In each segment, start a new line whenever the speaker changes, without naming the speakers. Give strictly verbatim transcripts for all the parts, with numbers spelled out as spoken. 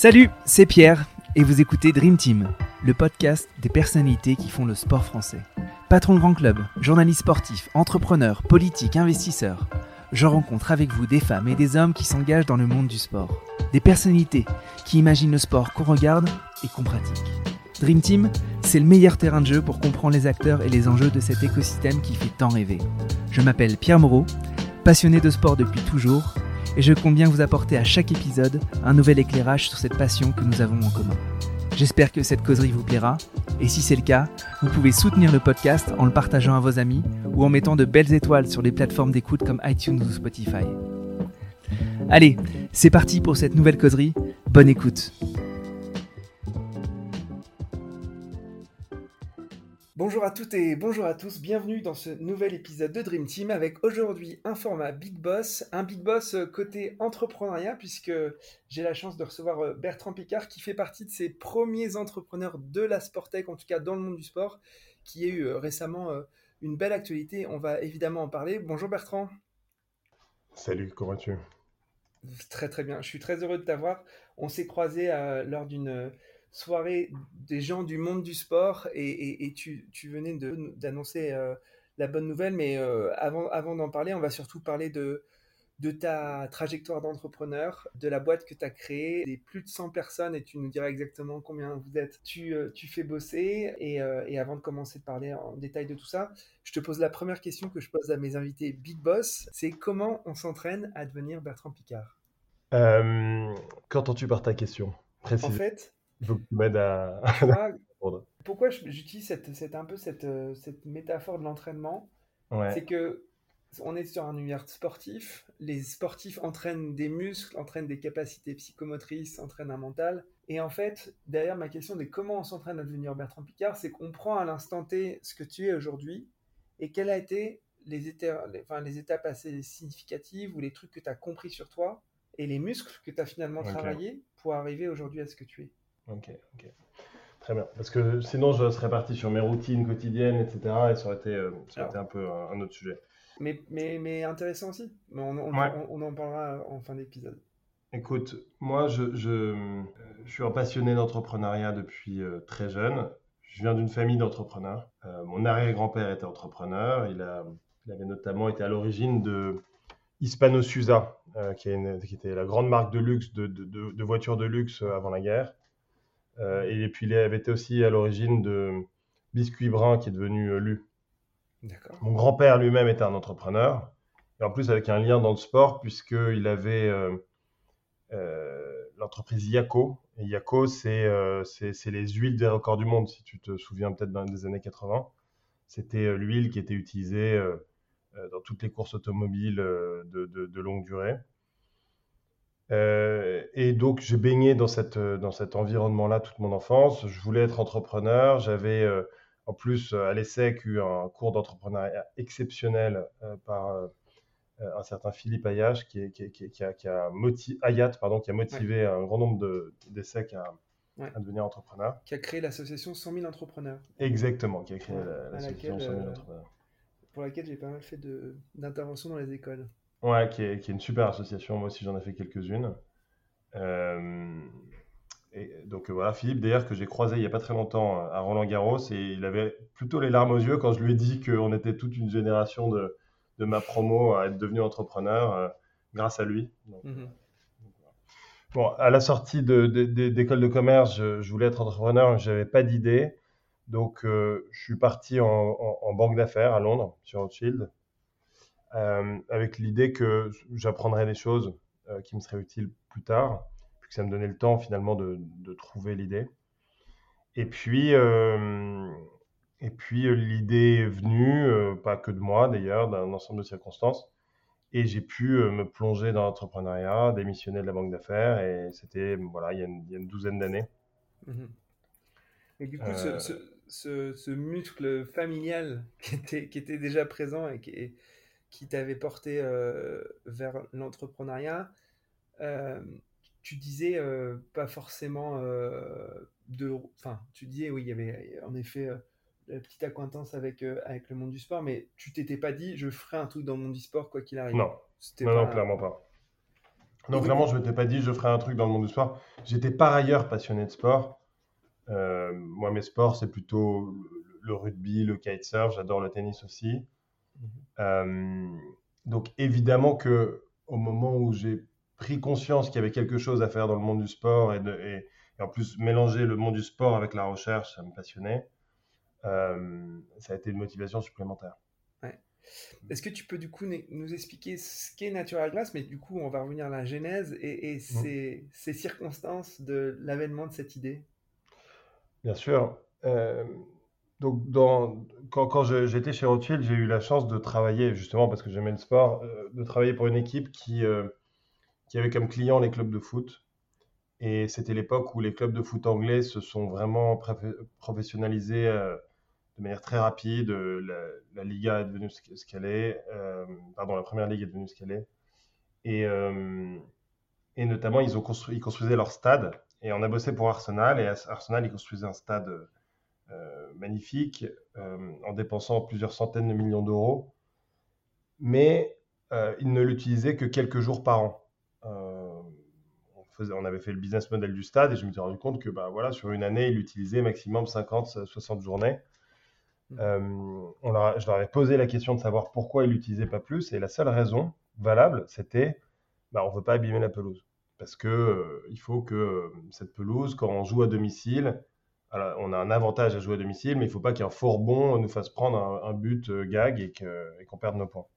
Salut, c'est Pierre et vous écoutez Dream Team, le podcast des personnalités qui font le sport français. Patron de grands clubs, journaliste sportif, entrepreneur, politique, investisseur, je rencontre avec vous des femmes et des hommes qui s'engagent dans le monde du sport. Des personnalités qui imaginent le sport qu'on regarde et qu'on pratique. Dream Team, c'est le meilleur terrain de jeu pour comprendre les acteurs et les enjeux de cet écosystème qui fait tant rêver. Je m'appelle Pierre Moreau, passionné de sport depuis toujours, et je compte bien vous apporter à chaque épisode un nouvel éclairage sur cette passion que nous avons en commun. J'espère que cette causerie vous plaira, et si c'est le cas, vous pouvez soutenir le podcast en le partageant à vos amis ou en mettant de belles étoiles sur les plateformes d'écoute comme iTunes ou Spotify. Allez, c'est parti pour cette nouvelle causerie, bonne écoute. Bonjour à toutes et bonjour à tous, bienvenue dans ce nouvel épisode de Dream Team avec aujourd'hui un format Big Boss, un Big Boss côté entrepreneuriat puisque j'ai la chance de recevoir Bertrand Piccard qui fait partie de ces premiers entrepreneurs de la Sportech, en tout cas dans le monde du sport, qui a eu récemment une belle actualité, on va évidemment en parler. Bonjour Bertrand.
Salut, comment vas-tu ?
Très très bien, je suis très heureux de t'avoir. On s'est croisés euh, lors d'une soirée des gens du monde du sport et, et, et tu, tu venais de, d'annoncer euh, la bonne nouvelle, mais euh, avant, avant d'en parler, on va surtout parler de, de ta trajectoire d'entrepreneur, de la boîte que tu as créée, des plus de cent personnes et tu nous diras exactement combien vous êtes. Tu, euh, tu fais bosser et, euh, et avant de commencer de parler en détail de tout ça, je te pose la première question que je pose à mes invités Big Boss, c'est comment on s'entraîne à devenir Bertrand Piccard ?
Euh, Qu'entends-tu par ta question ?
En
Précisément,
fait,
il faut que tu m'aides à
tu vois,
répondre.
pourquoi je- j'utilise cette, cette, un peu cette, euh, cette métaphore de l'entraînement,
Ouais,
c'est que on est sur un univers sportif, les sportifs entraînent des muscles, entraînent des capacités psychomotrices, entraînent un mental, et en fait, derrière ma question de comment on s'entraîne à devenir Bertrand Piccard, c'est qu'on prend à l'instant T ce que tu es aujourd'hui, et quelles ont été les, éta- les, enfin, les étapes assez significatives, ou les trucs que tu as compris sur toi, et les muscles que tu as finalement
ok,
travaillé pour arriver aujourd'hui à ce que tu es.
ok, ok. Très bien. Parce que sinon, je serais parti sur mes routines quotidiennes, et cetera. Et ça aurait été, euh, ça aurait été
Alors,
un peu un, un autre sujet.
Mais, mais, mais intéressant aussi. Mais on, on,
Ouais,
on, on en parlera en fin d'épisode.
écoute, moi, je, je, je suis un passionné d'entrepreneuriat depuis euh, très jeune. Je viens d'une famille d'entrepreneurs. Euh, mon arrière-grand-père était entrepreneur. Il a, il avait notamment été à l'origine de Hispano-Suiza, euh, qui, est une- qui était la grande marque de luxe, de, de- de- de voitures de luxe euh, avant la guerre. Euh, et puis il avait été aussi à l'origine de Biscuit Brun, qui est devenu euh, Lu.
D'accord.
Mon grand-père lui-même était un entrepreneur, et en plus avec un lien dans le sport, puisqu'il avait euh, euh, l'entreprise Yako. Et Yako, c'est euh, c'est- c'est les huiles des records du monde, si tu te souviens peut-être dans- des années quatre-vingts. C'était euh, l'huile qui était utilisée euh, euh, dans toutes les courses automobiles euh, de, de- de longue durée. Euh, et donc, j'ai baigné dans, cette, euh, dans cet environnement-là toute mon enfance. Je voulais être entrepreneur. J'avais euh, en plus euh, à l'ESSEC eu un cours d'entrepreneuriat exceptionnel euh, par euh, un certain Philippe Ayache, qui, est- qui, est- qui, est- qui a, qui a moti- Ayat, pardon, qui a
Ouais,
motivé un grand nombre de, d'ESSEC à,
ouais.
à devenir entrepreneur.
Qui a créé l'association cent mille entrepreneurs.
Exactement, qui a créé
Ouais,
la-
à
l'association
laquelle,
cent mille
euh,
entrepreneurs.
pour laquelle j'ai pas mal fait de, d'interventions dans les écoles.
Ouais, qui est, qui est une super association. Moi aussi, j'en ai fait quelques-unes. Euh, Et donc euh, voilà, Philippe, d'ailleurs, que j'ai croisé il n'y a pas très longtemps euh, à Roland-Garros, et il avait plutôt les larmes aux yeux quand je lui ai dit qu'on était toute une génération de, de ma promo à être devenu entrepreneur euh, grâce à lui. Donc, euh,
Mhm.
donc, voilà. Bon, à la sortie de, de- de- d'école de commerce, je, je voulais être entrepreneur, mais je n'avais pas d'idée. Donc, euh, je suis parti en, en- en banque d'affaires à Londres, sur Rothschild, euh, avec l'idée que j'apprendrais des choses euh, qui me seraient utiles plus tard, puis que ça me donnait le temps finalement de, de trouver l'idée. Et puis, euh, et puis euh, l'idée est venue, euh, pas que de moi d'ailleurs, d'un ensemble de circonstances. Et j'ai pu euh, me plonger dans l'entrepreneuriat, démissionner de la banque d'affaires. Et c'était, voilà, il y a une, il y a une douzaine d'années.
Mhm. Et du coup, ce, ce,
Euh,
ce, ce muscle familial qui était, qui était déjà présent et qui, qui t'avait porté euh, vers l'entrepreneuriat, euh, tu disais euh, pas forcément euh, de. Enfin, tu disais, oui, il y avait en effet euh, la petite acquaintance avec, euh, avec le monde du sport, mais tu t'étais pas dit, je ferai un truc dans le monde du sport quoi qu'il arrive.
non,
C'était
non, non,
pas.
clairement pas. Non,
Et donc,
vraiment, je m'étais pas dit je ferais un truc dans le monde du sport. J'étais par ailleurs passionné de sport. Euh, moi, mes sports, c'est plutôt le, le rugby, le kitesurf. J'adore le tennis aussi. Euh, donc, évidemment que au moment où j'ai pris conscience qu'il y avait quelque chose à faire dans le monde du sport et, de- et- et en plus mélanger le monde du sport avec la recherche, ça me passionnait. Euh, ça a été une motivation supplémentaire.
ouais. Est-ce que tu peux du coup né- nous expliquer ce qu'est Natural Glass, mais du coup on va revenir à la genèse et, et
Mm.
ces, ces circonstances de l'avènement de cette idée?
Bien sûr. Euh, donc, dans, quand, quand je- j'étais chez Rothschild, j'ai eu la chance de travailler, justement parce que j'aimais le sport, euh, de travailler pour une équipe qui, euh, qui avait comme client les clubs de foot. Et c'était l'époque où les clubs de foot anglais se sont vraiment préf- professionnalisés euh, de manière très rapide. Euh, La, la Liga est devenue ce qu- ce qu'elle est. Euh, pardon, la première ligue est devenue ce qu'elle est. Et, euh, et notamment, ils, ont construit, ils construisaient leur stade. Et on a bossé pour Arsenal. Et Arsenal, ils construisaient un stade euh, magnifique euh, en dépensant plusieurs centaines de millions d'euros. Mais euh, ils ne l'utilisaient que quelques jours par an. Euh, on, faisait, on avait fait le business model du stade et je me suis rendu compte que bah, voilà, sur une année, ils l'utilisaient maximum cinquante soixante journées.
Mhm.
Euh, on leur a- je leur avais posé la question de savoir pourquoi ils l'utilisaient pas plus et la seule raison valable, c'était bah, on veut pas abîmer la pelouse. Parce que euh, il faut que euh, cette pelouse, quand on joue à domicile, alors, on a un avantage à jouer à domicile, mais il ne faut pas qu'un faux rebond nous fasse prendre un, un but euh, gag et que- et qu'on perde nos points.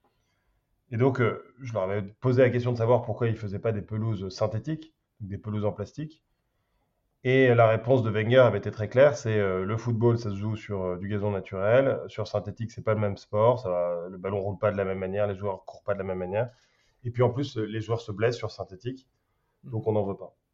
Et donc, euh, je leur avais posé la question de savoir pourquoi ils ne faisaient pas des pelouses synthétiques, des pelouses en plastique. Et la réponse de Wenger avait été très claire, c'est euh, le football, ça se joue sur euh, du gazon naturel, sur synthétique, c'est pas le même sport, ça va- le ballon roule pas de la même manière, les joueurs courent pas de la même manière. Et puis en plus, euh, les joueurs se blessent sur synthétique, donc
Mhm.
on n'en veut pas.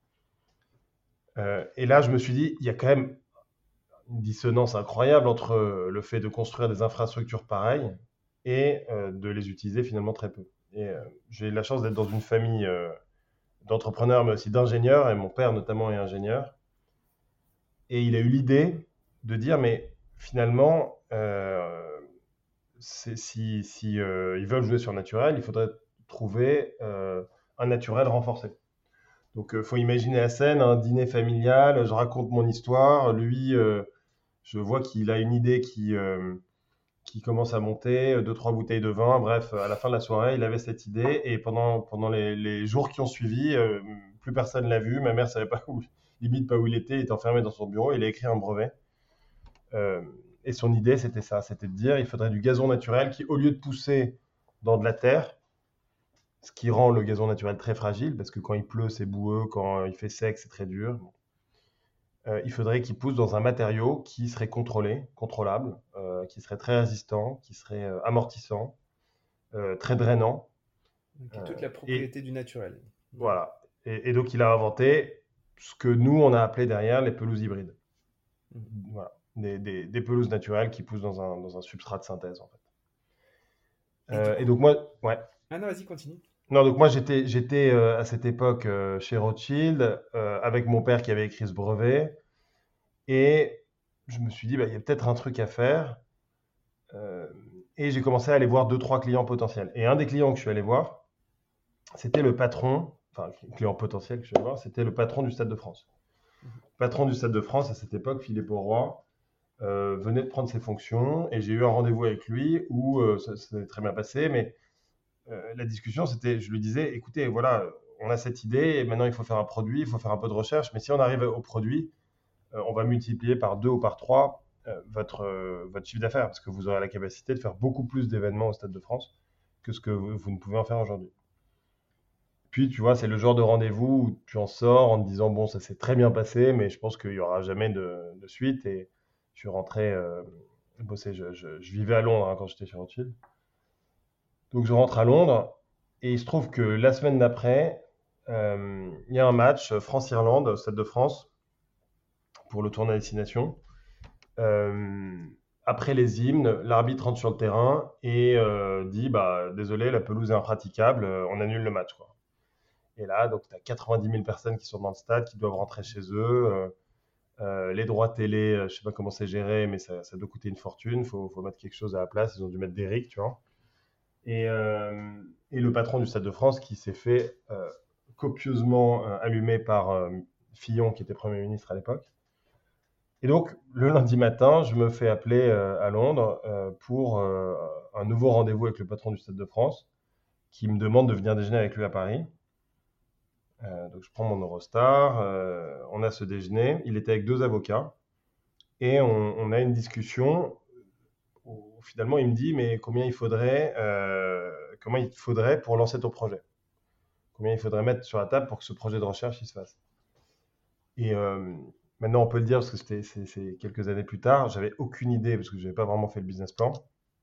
Euh, et là, je me suis dit, il y a quand même une dissonance incroyable entre euh, le fait de construire des infrastructures pareilles et euh, de les utiliser finalement très peu. Et euh, j'ai eu la chance d'être dans une famille euh, d'entrepreneurs, mais aussi d'ingénieurs, et mon père notamment est ingénieur. Et il a eu l'idée de dire, mais finalement, euh, c'est- si, si euh, ils veulent jouer sur naturel, il faudrait trouver euh, un naturel renforcé. Donc, il faut imaginer la scène, un dîner familial, je raconte mon histoire, lui, euh, je vois qu'il a une idée qui, euh, qui commence à monter, euh, deux, trois bouteilles de vin. Bref, à la fin de la soirée, il avait cette idée. Et pendant, pendant les, les jours qui ont suivi, euh, plus personne l'a vu. Ma mère savait pas où, limite pas où il était. Il était enfermé dans son bureau. Il a écrit un brevet. Euh, et son idée, c'était ça. C'était de dire, il faudrait du gazon naturel qui, au lieu de pousser dans de la terre, ce qui rend le gazon naturel très fragile, parce que quand il pleut, c'est boueux. Quand il fait sec, c'est très dur. Euh, il faudrait qu'il pousse dans un matériau qui serait contrôlé, contrôlable, euh, qui serait très résistant, qui serait euh, amortissant, euh, très drainant.
Donc, et toute
Euh,
la
et
propriété du naturel. Mhm.
voilà. Et, et donc il a inventé ce que nous on a appelé derrière les pelouses hybrides.
Mhm.
Voilà. Des, des- des pelouses naturelles qui poussent dans un, dans un substrat de synthèse en fait.
Et du
Euh, et
coup,
donc moi, ouais.
ah non, vas-y, continue.
Non, donc moi j'étais j'étais euh, à cette époque euh, chez Rothschild euh, avec mon père qui avait écrit ce brevet et je me suis dit bah, il y a peut-être un truc à faire. Euh, et j'ai commencé à aller voir deux, trois clients potentiels. Et un des clients que je suis allé voir, c'était le patron, enfin, client potentiel que je suis allé voir, c'était le patron du Stade de France.
Mhm.
Le patron du Stade de France, à cette époque, Philippe Auroy, euh, venait de prendre ses fonctions et j'ai eu un rendez-vous avec lui où euh, ça s'est très bien passé, mais euh, la discussion, c'était, je lui disais, écoutez, voilà, on a cette idée et maintenant il faut faire un produit, il faut faire un peu de recherche, mais si on arrive au produit, euh, on va multiplier par deux ou par trois euh, votre, euh, votre chiffre d'affaires, parce que vous aurez la capacité de faire beaucoup plus d'événements au Stade de France que ce que vous, vous ne pouvez en faire aujourd'hui. Puis, tu vois, c'est le genre de rendez-vous où tu en sors en te disant, bon, ça s'est très bien passé, mais je pense qu'il n'y aura jamais de, de suite. Et je suis rentré euh, bosser. Je, je- je vivais à Londres hein, quand j'étais chez Rothschild. Donc, je rentre à Londres et il se trouve que la semaine d'après, euh, il y a un match France-Irlande au Stade de France pour le tournoi Destination. Euh, après les hymnes, l'arbitre rentre sur le terrain et euh, dit bah, désolé, la pelouse est impraticable, euh, on annule le match. Quoi. Et là, donc, tu as quatre-vingt-dix mille personnes qui sont dans le stade, qui doivent rentrer chez eux. Euh, euh, les droits télé, euh, je sais pas comment c'est géré, mais ça, ça doit coûter une fortune. Il faut, faut mettre quelque chose à la place. Ils ont dû mettre des R I C, tu vois. Et, euh, et le patron du Stade de France qui s'est fait euh, copieusement euh, allumer par euh, Fillon, qui était Premier ministre à l'époque. Et donc, le lundi matin, je me fais appeler euh, à Londres euh, pour euh, un nouveau rendez-vous avec le patron du Stade de France, qui me demande de venir déjeuner avec lui à Paris. Euh, donc, je prends mon Eurostar, euh, on a ce déjeuner. Il était avec deux avocats et on, on a une discussion où finalement il me dit mais combien il faudrait, euh, comment il faudrait pour lancer ton projet? Combien il faudrait mettre sur la table pour que ce projet de recherche il se fasse? Et euh, maintenant on peut le dire parce que c'était c'est, c'est quelques années plus tard, j'avais aucune idée parce que je n'avais pas vraiment fait le business plan.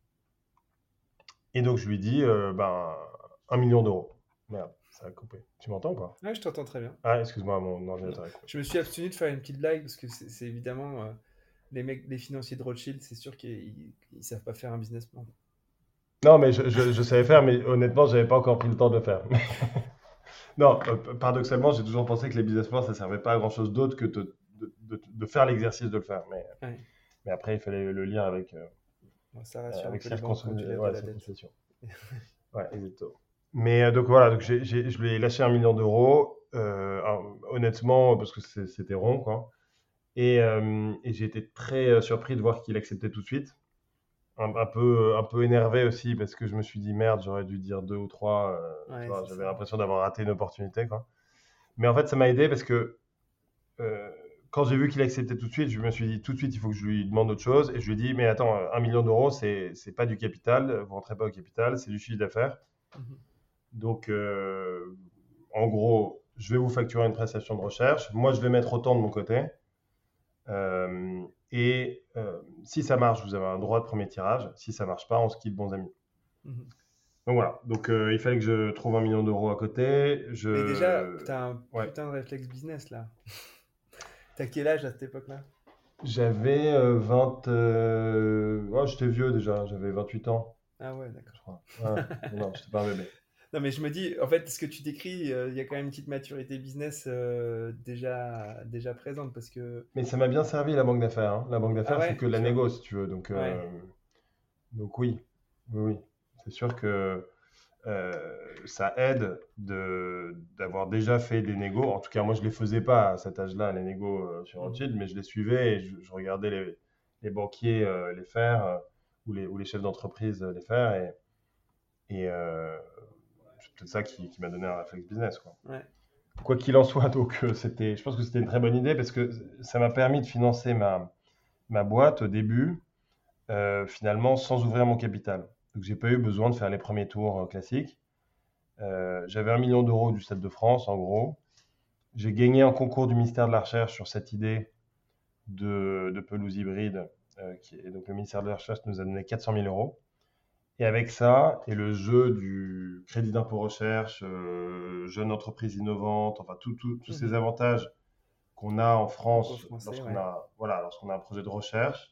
Et donc je lui dis euh, ben un million d'euros. Merde, ça a coupé. Tu m'entends ou pas?
Ouais, je t'entends très bien.
Ah, excuse-moi, mon ordinateur
Non.
est coupé.
Je me suis abstenu de faire une petite blague parce que c'est c'est évidemment euh, les mecs, les financiers de Rothschild, c'est sûr qu'ils ils savent pas faire un business plan.
Non, mais je, je, je savais faire, mais honnêtement, j'avais pas encore pris le temps de le faire. Non, euh, paradoxalement, j'ai toujours pensé que les business plans, ça servait pas à grand chose d'autre que de, de, de, de faire l'exercice de le faire. Mais,
Ouais.
mais après, il fallait le lire avec, euh,
Bon, ça rassure un
avec
peu les banques quand tu
circonspection.
lèves de
Ouais,
la dette.
circonspection. Ouais, exactement. Mais euh, donc voilà, donc j'ai, j'ai, je lui ai lâché un million d'euros, euh, alors, honnêtement, parce que c'est- c'était rond, quoi. Et, euh, et j'ai été très euh, surpris de voir qu'il acceptait tout de suite. Un, un peu, un peu énervé aussi, parce que je me suis dit, merde, j'aurais dû dire deux ou trois. euh, tu
Ouais,
vois,
c'est
j'avais
ça.
l'impression d'avoir raté une opportunité, quoi. Mais en fait, ça m'a aidé parce que euh, quand j'ai vu qu'il acceptait tout de suite, je me suis dit tout de suite, il faut que je lui demande autre chose. Et je lui ai dit, mais attends, euh, un million d'euros, c'est, c'est pas du capital, vous rentrez pas au capital, c'est du chiffre d'affaires.
Mhm.
Donc, euh, en gros, je vais vous facturer une prestation de recherche. Moi, je vais mettre autant de mon côté. Euh, et euh, si ça marche, vous avez un droit de premier tirage. Si ça marche pas, on se quitte bons amis.
Mhm.
Donc voilà. Donc euh, il fallait que je trouve un million d'euros à côté.
Mais déjà,
Je,
t'as un
ouais,
putain de réflexe business là. T'as quel âge à cette époque-là?
j'avais euh, vingt. Euh... oh, j'étais vieux déjà. J'avais vingt-huit ans,
Ah ouais,
je
d'accord.
crois. Ouais. Non, j'étais pas un bébé.
Non, mais je me dis, en fait, ce que tu décris, euh, il y a quand même une petite maturité business euh, déjà, déjà présente parce que.
Mais ça m'a bien servi la banque d'affaires, hein. La banque
Ah
d'affaires, c'est
ouais,
que de la
tu vois.
négo, si tu veux. Donc,
Ouais.
euh, donc oui, oui, oui. C'est sûr que euh, ça aide de, d'avoir déjà fait des négos. En tout cas, moi, je ne les faisais pas à cet âge-là, les négos euh, sur
Mhm.
Rothschild, mais je les suivais et je, je regardais les, les banquiers euh, les faire euh, ou, les, ou les chefs d'entreprise euh, les faire. Et, et euh, c'est peut-être ça qui, qui m'a donné un réflexe business, quoi.
Ouais.
Quoi qu'il en soit, donc, euh, c'était, je pense que c'était une très bonne idée parce que ça m'a permis de financer ma, ma boîte au début, euh, finalement, sans ouvrir mon capital. Donc, j'ai pas eu besoin de faire les premiers tours euh, classiques. Euh, j'avais un million d'euros du Stade de France, en gros. J'ai gagné un concours du ministère de la Recherche sur cette idée de, de pelouse hybride. Euh, qui est, donc le ministère de la Recherche nous a donné quatre cent mille euros. Et avec ça, et le jeu du crédit d'impôt recherche, euh, jeune entreprise innovante, enfin tout- tout- tous ces
Mhm.
avantages qu'on a en France
Franco-français,
lorsqu'on
ouais.
a, voilà, lorsqu'on a un projet de recherche.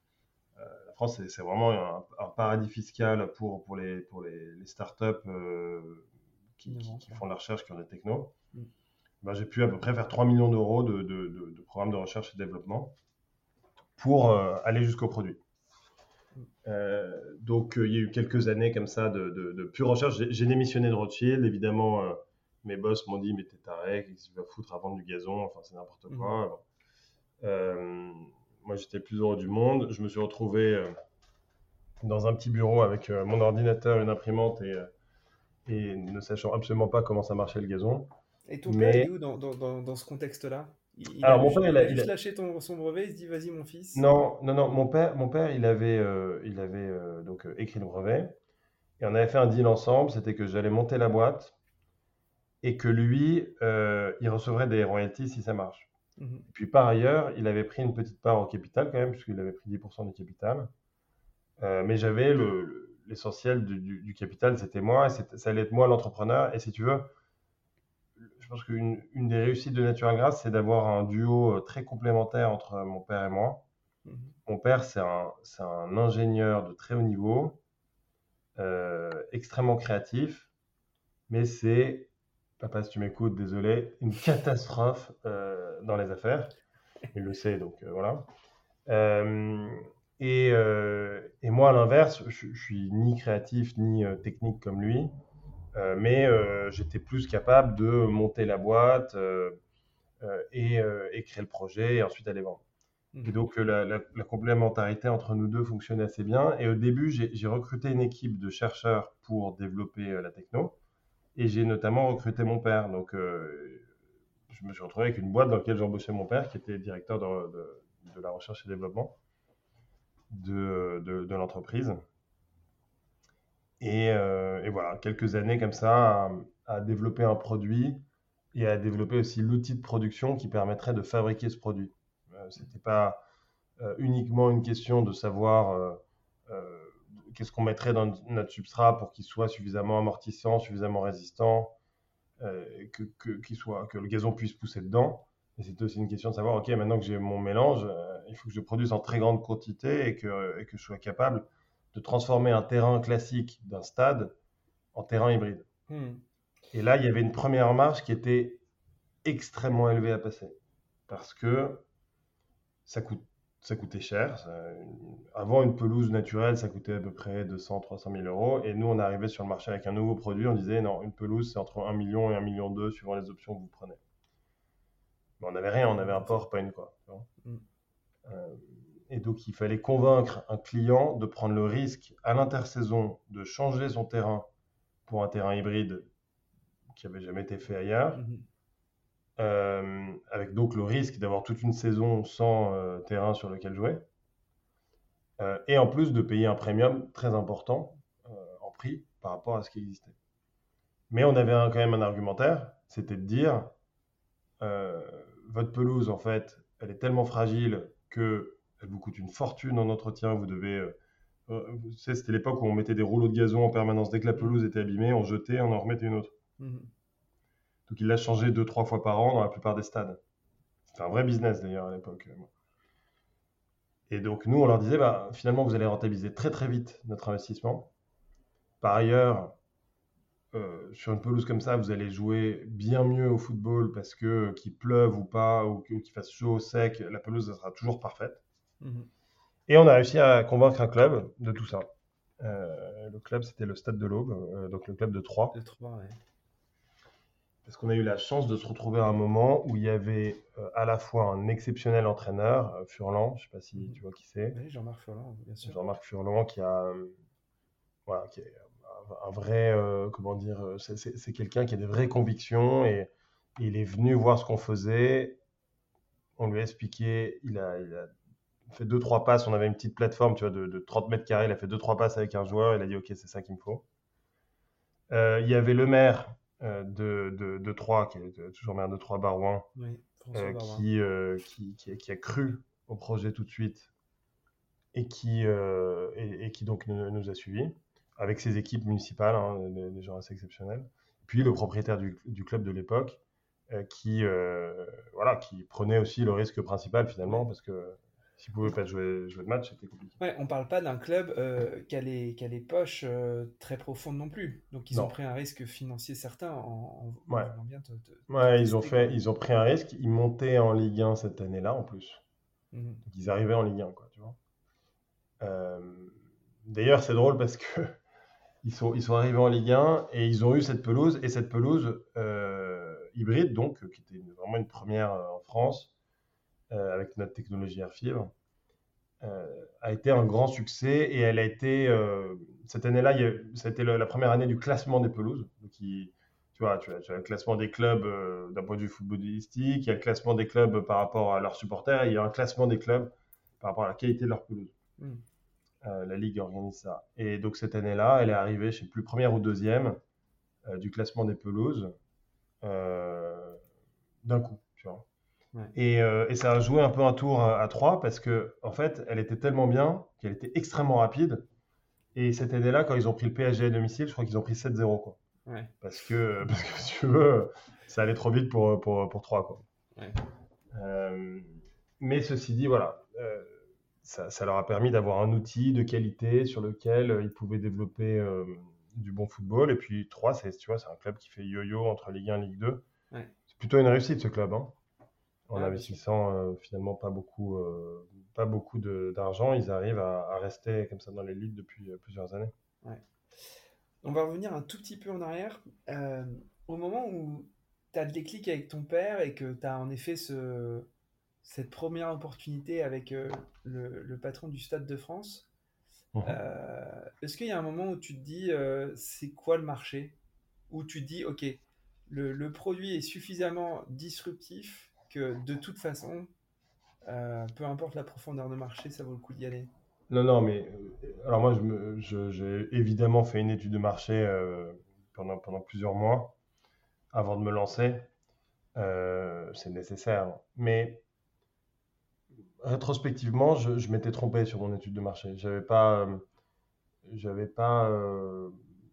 La France, c'est c'est vraiment un, un paradis fiscal pour, pour les, pour les, les startups euh, qui, qui,
Innovante,
qui
ouais.
font de la recherche, qui ont des technos.
Mm.
Ben, j'ai pu à peu près faire trois millions d'euros de, de, de, de programmes de recherche et développement pour euh, aller jusqu'au produit.
Mm.
Euh, donc, euh, il y a eu quelques années comme ça de, de, de pure recherche. J'ai, j'ai démissionné de Rothschild. Évidemment, euh, mes boss m'ont dit, mais t'es taré, qu'est-ce que tu vas foutre à vendre du gazon? Enfin, c'est n'importe
Mhm.
quoi. Euh, moi, j'étais le plus heureux du monde. Je me suis retrouvé euh, dans un petit bureau avec euh, mon ordinateur, une imprimante et, euh, et ne sachant absolument pas comment ça marchait le gazon.
Et ton père, il
Mais,
est où dans, dans, dans, dans ce contexte-là? Il, il a,
alors,
lu-
mon père, il
il
a,
a
il a-
juste lâché ton, son brevet, il se dit, vas-y, mon fils.
non, non, non, mon père, mon père, il avait, euh, il avait euh, donc euh, écrit le brevet et on avait fait un deal ensemble. C'était que j'allais monter la boîte et que lui, euh, il recevrait des royalties si ça marche.
Mhm.
Et puis par ailleurs, il avait pris une petite part au capital quand même, puisqu'il avait pris dix pour cent du capital. Euh, mais j'avais le, le- l'essentiel du, du- du capital, c'était moi, et c'était- ça allait être moi l'entrepreneur. Et si tu veux, je pense qu'une une des réussites de Natural Grass, c'est d'avoir un duo euh, très complémentaire entre mon père et moi.
Mhm.
Mon père, c'est un, c'est un ingénieur de très haut niveau, euh, extrêmement créatif, mais c'est, papa, si tu m'écoutes, désolé, une catastrophe euh, dans les affaires. Il le sait, donc euh, voilà. Euh, et, euh, et moi, à l'inverse, je, je suis ni créatif ni euh, technique comme lui. Euh, mais euh, j'étais plus capable de monter la boîte euh, euh, et, euh, et créer le projet et ensuite aller vendre.
Mhm.
Et donc, euh, la, la- la complémentarité entre nous deux fonctionnait assez bien. Et au début, j'ai j'ai recruté une équipe de chercheurs pour développer euh, la techno. Et j'ai notamment recruté mon père. Donc, euh, je me suis retrouvé avec une boîte dans laquelle j'embauchais mon père, qui était directeur de, de- de la recherche et développement de, de- de l'entreprise. Et, euh, et voilà, quelques années comme ça à, à développer un produit et à développer aussi l'outil de production qui permettrait de fabriquer ce produit. Euh, c'était pas euh, uniquement une question de savoir euh, euh, qu'est-ce qu'on mettrait dans notre substrat pour qu'il soit suffisamment amortissant, suffisamment résistant, euh, que, que, qu'il soit, que le gazon puisse pousser dedans. Et c'était aussi une question de savoir, ok, maintenant que j'ai mon mélange, euh, il faut que je le produise en très grande quantité et que, et que je sois capable de transformer un terrain classique d'un stade en terrain hybride.
Mhm.
Et là, il y avait une première marche qui était extrêmement élevée à passer. Parce que ça, coûte, ça coûtait cher. Ça- avant, une pelouse naturelle, ça coûtait à peu près deux cents à trois cent mille euros. Et nous, on arrivait sur le marché avec un nouveau produit. On disait, non, une pelouse, c'est entre un million et un million deux suivant les options que vous prenez. Mais on n'avait rien, on avait un PowerPoint, quoi. Tu vois.
Mhm.
Euh, et donc, il fallait convaincre un client de prendre le risque à l'intersaison de changer son terrain pour un terrain hybride qui n'avait jamais été fait ailleurs.
Mhm.
Euh, avec donc le risque d'avoir toute une saison sans euh, terrain sur lequel jouer. Euh, et en plus de payer un premium très important euh, en prix par rapport à ce qui existait. Mais on avait un, quand même un argumentaire, c'était de dire euh, votre pelouse, en fait, elle est tellement fragile que elle vous coûte une fortune en entretien. Vous devez. Euh, euh, vous savez, c'était l'époque où on mettait des rouleaux de gazon en permanence. Dès que la pelouse était abîmée, on jetait, on en remettait une autre.
Mhm.
Donc il l'a changé deux, trois fois par an dans la plupart des stades. C'était un vrai business d'ailleurs à l'époque. Et donc nous, on leur disait, bah, finalement, vous allez rentabiliser très très vite notre investissement. Par ailleurs, euh, sur une pelouse comme ça, vous allez jouer bien mieux au football parce que euh, qu'il pleuve ou pas, ou qu'il fasse chaud, sec, la pelouse elle sera toujours parfaite.
Mhm.
Et on a réussi à convaincre un club de tout ça. Euh, le club, c'était le Stade de l'Aube, euh, donc le club de Troyes.
Deux, trois, ouais.
Parce qu'on a eu la chance de se retrouver à un moment où il y avait euh, à la fois un exceptionnel entraîneur, euh, Furlan, je ne sais pas si
Mhm.
tu vois qui c'est,
Oui, Jean-Marc Furlan, bien sûr.
Jean-Marc Furlan, qui a, euh, voilà, qui est un vrai, euh, comment dire, euh, c'est- c'est c'est quelqu'un qui a des vraies convictions et, et il est venu voir ce qu'on faisait. On lui a expliqué, il a, il a fait deux, trois passes. On avait une petite plateforme, tu vois, de, de trente mètres carrés. Il a fait deux, trois passes avec un joueur. Il a dit, OK, c'est ça qu'il me faut. Euh, il y avait le maire euh, de, de, de Troyes, qui est toujours maire de Troyes, Barouin,
Oui, François
euh,
Barouin.
qui, euh, qui, qui, a, qui a cru au projet tout de suite et qui, euh, et, et qui donc nous, nous a suivis avec ses équipes municipales, hein, des, des gens assez exceptionnels. Puis le propriétaire du, du club de l'époque, euh, qui, euh, voilà, qui prenait aussi le risque principal finalement,
Ouais.
parce que s'il ne pouvait pas jouer, jouer de match, c'était compliqué.
Ouais, on parle pas d'un club euh, qui a les, qui a les poches euh, très profondes non plus. Donc ils ont
Non,
pris un risque financier certain en, en- en
ouais.
voulant bien te, te- te
Ouais, ils ont,
tester,
fait,
quoi.
ils ont pris un risque, ils montaient en Ligue un cette année-là en plus.
Mhm.
Donc ils arrivaient en Ligue un, quoi, tu vois. Euh, D'ailleurs, c'est drôle parce que ils sont, ils sont arrivés en Ligue un et ils ont eu cette pelouse, et cette pelouse euh, hybride, donc, qui était une- vraiment une première euh, en France, euh, avec notre technologie Air Fibre, euh, a été un grand succès, et elle a été, euh, cette année-là, il y a- ça a été le- la première année du classement des pelouses. Donc, il- tu vois, tu as, tu as le classement des clubs euh, d'un point de vue footballistique, il y a le classement des clubs par rapport à leurs supporters, et il y a un classement des clubs par rapport à la qualité de leur pelouse.
Mhm.
Euh, la Ligue organise ça. Et donc cette année-là, elle est arrivée, je ne sais plus, première ou deuxième euh, du classement des pelouses euh, d'un coup, tu vois.
Ouais.
Et, euh, et ça a joué un peu un tour à, à trois parce que en fait, elle était tellement bien qu'elle était extrêmement rapide. Et cette année-là, quand ils ont pris le P S G à domicile, je crois qu'ils ont pris sept zéro, quoi.
Ouais.
Parce que, parce que si tu veux, ça allait trop vite pour, pour, pour trois, quoi.
Ouais.
Euh, mais ceci dit, voilà, euh, ça, ça leur a permis d'avoir un outil de qualité sur lequel euh, ils pouvaient développer euh, du bon football. Et puis trois, c'est, tu vois, c'est un club qui fait yo-yo entre Ligue un et Ligue deux.
Ouais.
C'est plutôt une réussite, ce club, hein. En
Ah, bien sûr.
investissant euh, finalement pas beaucoup, euh, pas beaucoup de- d'argent, ils arrivent à, à rester comme ça dans les ligues depuis euh, plusieurs années.
Ouais. on va revenir un tout petit peu en arrière. Euh, au moment où tu as le déclic avec ton père et que tu as en effet ce, cette première opportunité avec euh, le, le patron du Stade de France,
Mhm.
euh, est-ce qu'il y a un moment où tu te dis euh, c'est quoi le marché? Où tu te dis ok, le, le produit est suffisamment disruptif que de toute façon, euh, peu importe la profondeur de marché, ça vaut le coup d'y aller.
Non, non, mais euh, alors moi, je me- je- j'ai évidemment fait une étude de marché euh, pendant, pendant plusieurs mois avant de me lancer. Euh, c'est nécessaire. Mais rétrospectivement, je, je m'étais trompé sur mon étude de marché. J'avais pas, euh, j'avais pas, euh,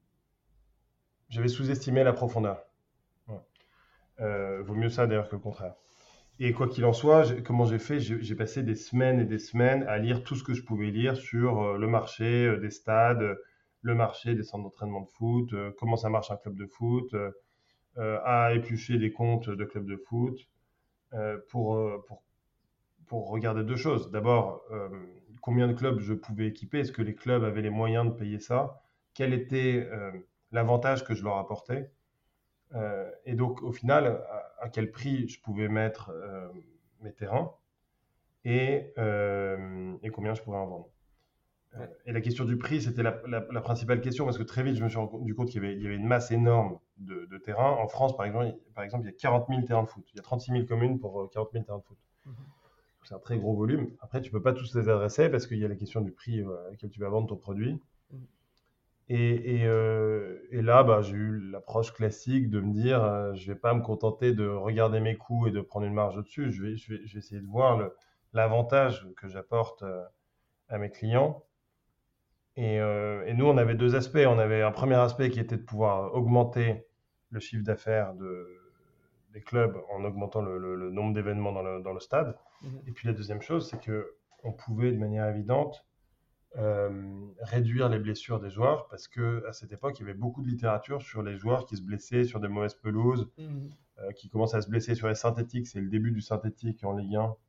j'avais sous-estimé la profondeur. Ouais. Euh, vaut mieux ça d'ailleurs que le contraire. Et quoi qu'il en soit, j'ai- comment j'ai fait? J'ai j'ai passé des semaines et des semaines à lire tout ce que je pouvais lire sur euh, le marché euh, des stades, euh, le marché des centres d'entraînement de foot, euh, comment ça marche un club de foot, euh, euh, à éplucher des comptes de clubs de foot euh, pour, euh, pour, pour regarder deux choses. D'abord, euh, combien de clubs je pouvais équiper? Est-ce que les clubs avaient les moyens de payer ça? Quel était euh, l'avantage que je leur apportais? Euh, et donc, au final, à, à quel prix je pouvais mettre euh, mes terrains et, euh, et combien je pourrais en vendre. Euh,
Ouais.
et la question du prix, c'était la, la- la principale question parce que très vite, je me suis rendu compte qu'il y avait, il y avait une masse énorme de, de terrains. En France, par exemple, il, par exemple, il y a quarante mille terrains de foot. Il y a trente-six mille communes pour euh, quarante mille terrains de foot.
Mhm.
C'est un très gros volume. Après, tu peux pas tous les adresser parce qu'il y a la question du prix euh, à laquelle tu vas vendre ton produit.
Mhm.
Et, et, euh, et là, bah, j'ai eu l'approche classique de me dire, euh, je vais pas me contenter de regarder mes coûts et de prendre une marge au-dessus. Je vais, je vais, je vais essayer de voir le- l'avantage que j'apporte euh, à mes clients. Et, euh, et nous, on avait deux aspects. On avait un premier aspect qui était de pouvoir augmenter le chiffre d'affaires de, des clubs en augmentant le, le- le nombre d'événements dans le, dans le stade.
Mhm.
Et puis la deuxième chose, c'est que on pouvait de manière évidente euh, réduire les blessures des joueurs parce que à cette époque, il y avait beaucoup de littérature sur les joueurs qui se blessaient sur des mauvaises pelouses,
Mhm.
euh, qui commençaient à se blesser sur les synthétiques. C'est le début du synthétique en Ligue un.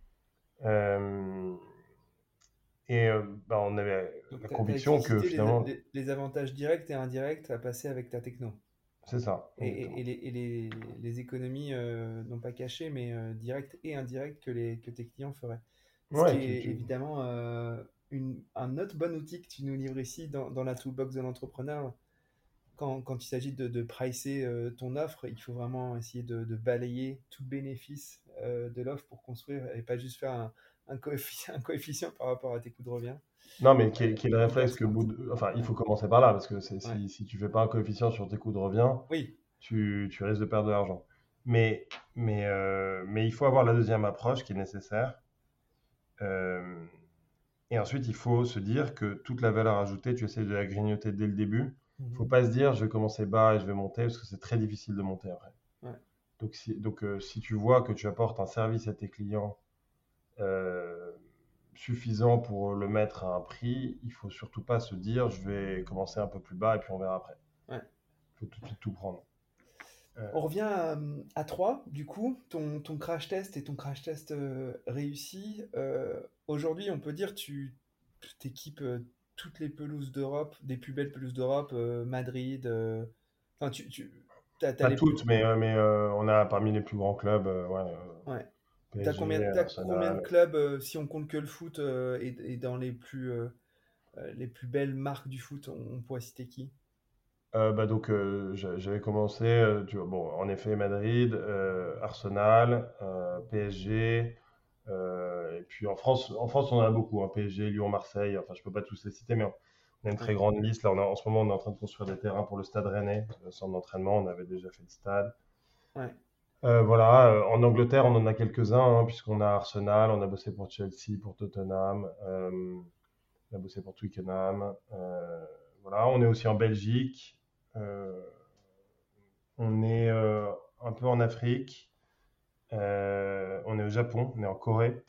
Euh, et euh, bah, on avait
Donc,
la
tu as
conviction que
explicité les,
finalement,
les- les avantages directs et indirects à passer avec ta techno.
c'est ça,
Et, et-
exactement.
et les, et les- les économies, euh, non pas cachées, mais euh, directes et indirectes que, les, que tes clients feraient. Ce qui
Ouais, tu,
est
tu-
évidemment euh, une- un autre bon outil que tu nous livres ici dans, dans la toolbox de l'entrepreneur. Quand, quand il s'agit de, de pricer euh, ton offre, il faut vraiment essayer de, de balayer tout bénéfice euh, de l'offre pour construire et pas juste faire un, un coefficient, un coefficient par rapport à tes coûts de revient.
Non, mais qui
Euh,
est, qui est le
hyper
réflexe que
smart.
bout de- enfin, il
Ouais,
faut commencer par là parce que c'est-
ouais.
si, si tu fais pas un coefficient sur tes coûts de revient,
Oui.
tu, tu risques de perdre de l'argent. Mais, mais, euh, mais il faut avoir la deuxième approche qui est nécessaire. Euh, et ensuite, il faut se dire que toute la valeur ajoutée, tu essaies de la grignoter dès le début. Il faut
Mhm.
pas se dire, je vais commencer bas et je vais monter, parce que c'est très difficile de monter après.
Ouais.
Donc, si, donc euh, si tu vois que tu apportes un service à tes clients euh, suffisant pour le mettre à un prix, il faut surtout pas se dire, je vais commencer un peu plus bas et puis on verra après.
Ouais.
Il faut tout de suite tout prendre. Euh,
On revient à, à trois, du coup, ton, ton crash test et ton crash test euh, réussi. Euh, aujourd'hui, on peut dire tu t'équipes euh, toutes les pelouses d'Europe, des plus belles pelouses d'Europe, euh, Madrid. euh, Enfin, tu, tu t'as, t'as
pas
les plus.
toutes, mais, euh, mais euh, on a parmi les plus grands clubs, euh, ouais, euh,
Ouais. T'as combien,
P S G,
t'as combien de
Arsenal.
clubs, euh, si on compte que le foot, euh, et, et dans les plus, euh, euh, les plus belles marques du foot, on, on pourrait citer qui?
Euh, bah donc euh, j'a- j'avais commencé, euh, tu vois, bon, en effet Madrid, euh, Arsenal, euh, P S G, euh, et puis en France, en France on en a beaucoup, hein, P S G, Lyon, Marseille, enfin je peux pas tous les citer, mais on, on a une très
Ouais.
grande liste. Là, on a- en ce moment on est en train de construire des terrains pour le Stade Rennais, le centre d'entraînement, on avait déjà fait le stade.
Ouais.
Euh, voilà, euh, en Angleterre on en a quelques-uns, hein, puisqu'on a Arsenal, on a bossé pour Chelsea, pour Tottenham, euh, on a bossé pour Twickenham, euh, voilà, on est aussi en Belgique. Euh, on est euh, un peu en Afrique, euh, on est au Japon, on est en Corée.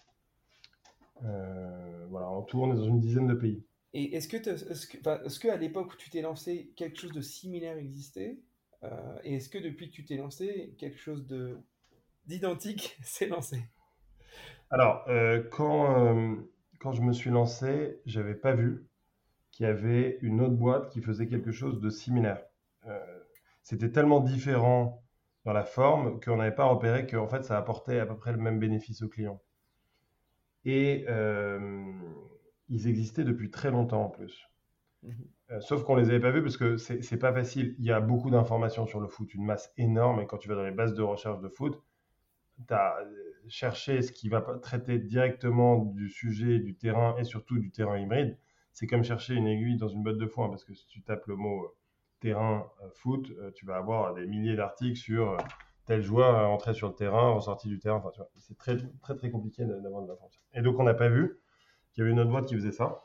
Euh, voilà, en tout, on est dans une dizaine de pays.
Et est-ce que, t'as- est-ce que, enfin, est-ce que à l'époque où tu t'es lancé, quelque chose de similaire existait? Euh, et est-ce que depuis que tu t'es lancé, quelque chose de d'identique s'est lancé?
Alors, euh, quand, euh, quand je me suis lancé, j'avais pas vu qu'il qu'il y avait une autre boîte qui faisait quelque chose de similaire. Euh, c'était tellement différent dans la forme qu'on n'avait pas repéré qu'en fait, ça apportait à peu près le même bénéfice aux clients. Et euh, ils existaient depuis très longtemps en plus. Mmh. Euh, sauf qu'on ne les avait pas vus parce que c'est, c'est pas facile. Il y a beaucoup d'informations sur le foot, une masse énorme. Et quand tu vas dans les bases de recherche de foot, tu as cherché ce qui va traiter directement du sujet, du terrain et surtout du terrain hybride. C'est comme chercher une aiguille dans une botte de foin parce que si tu tapes le mot euh, terrain euh, foot, euh, tu vas avoir des milliers d'articles sur euh, tel joueur est entré sur le terrain, ressorti du terrain. Enfin, tu vois, c'est très, très, très compliqué d'avoir de l'information. Et donc, on n'a pas vu qu'il y avait une autre boîte qui faisait ça.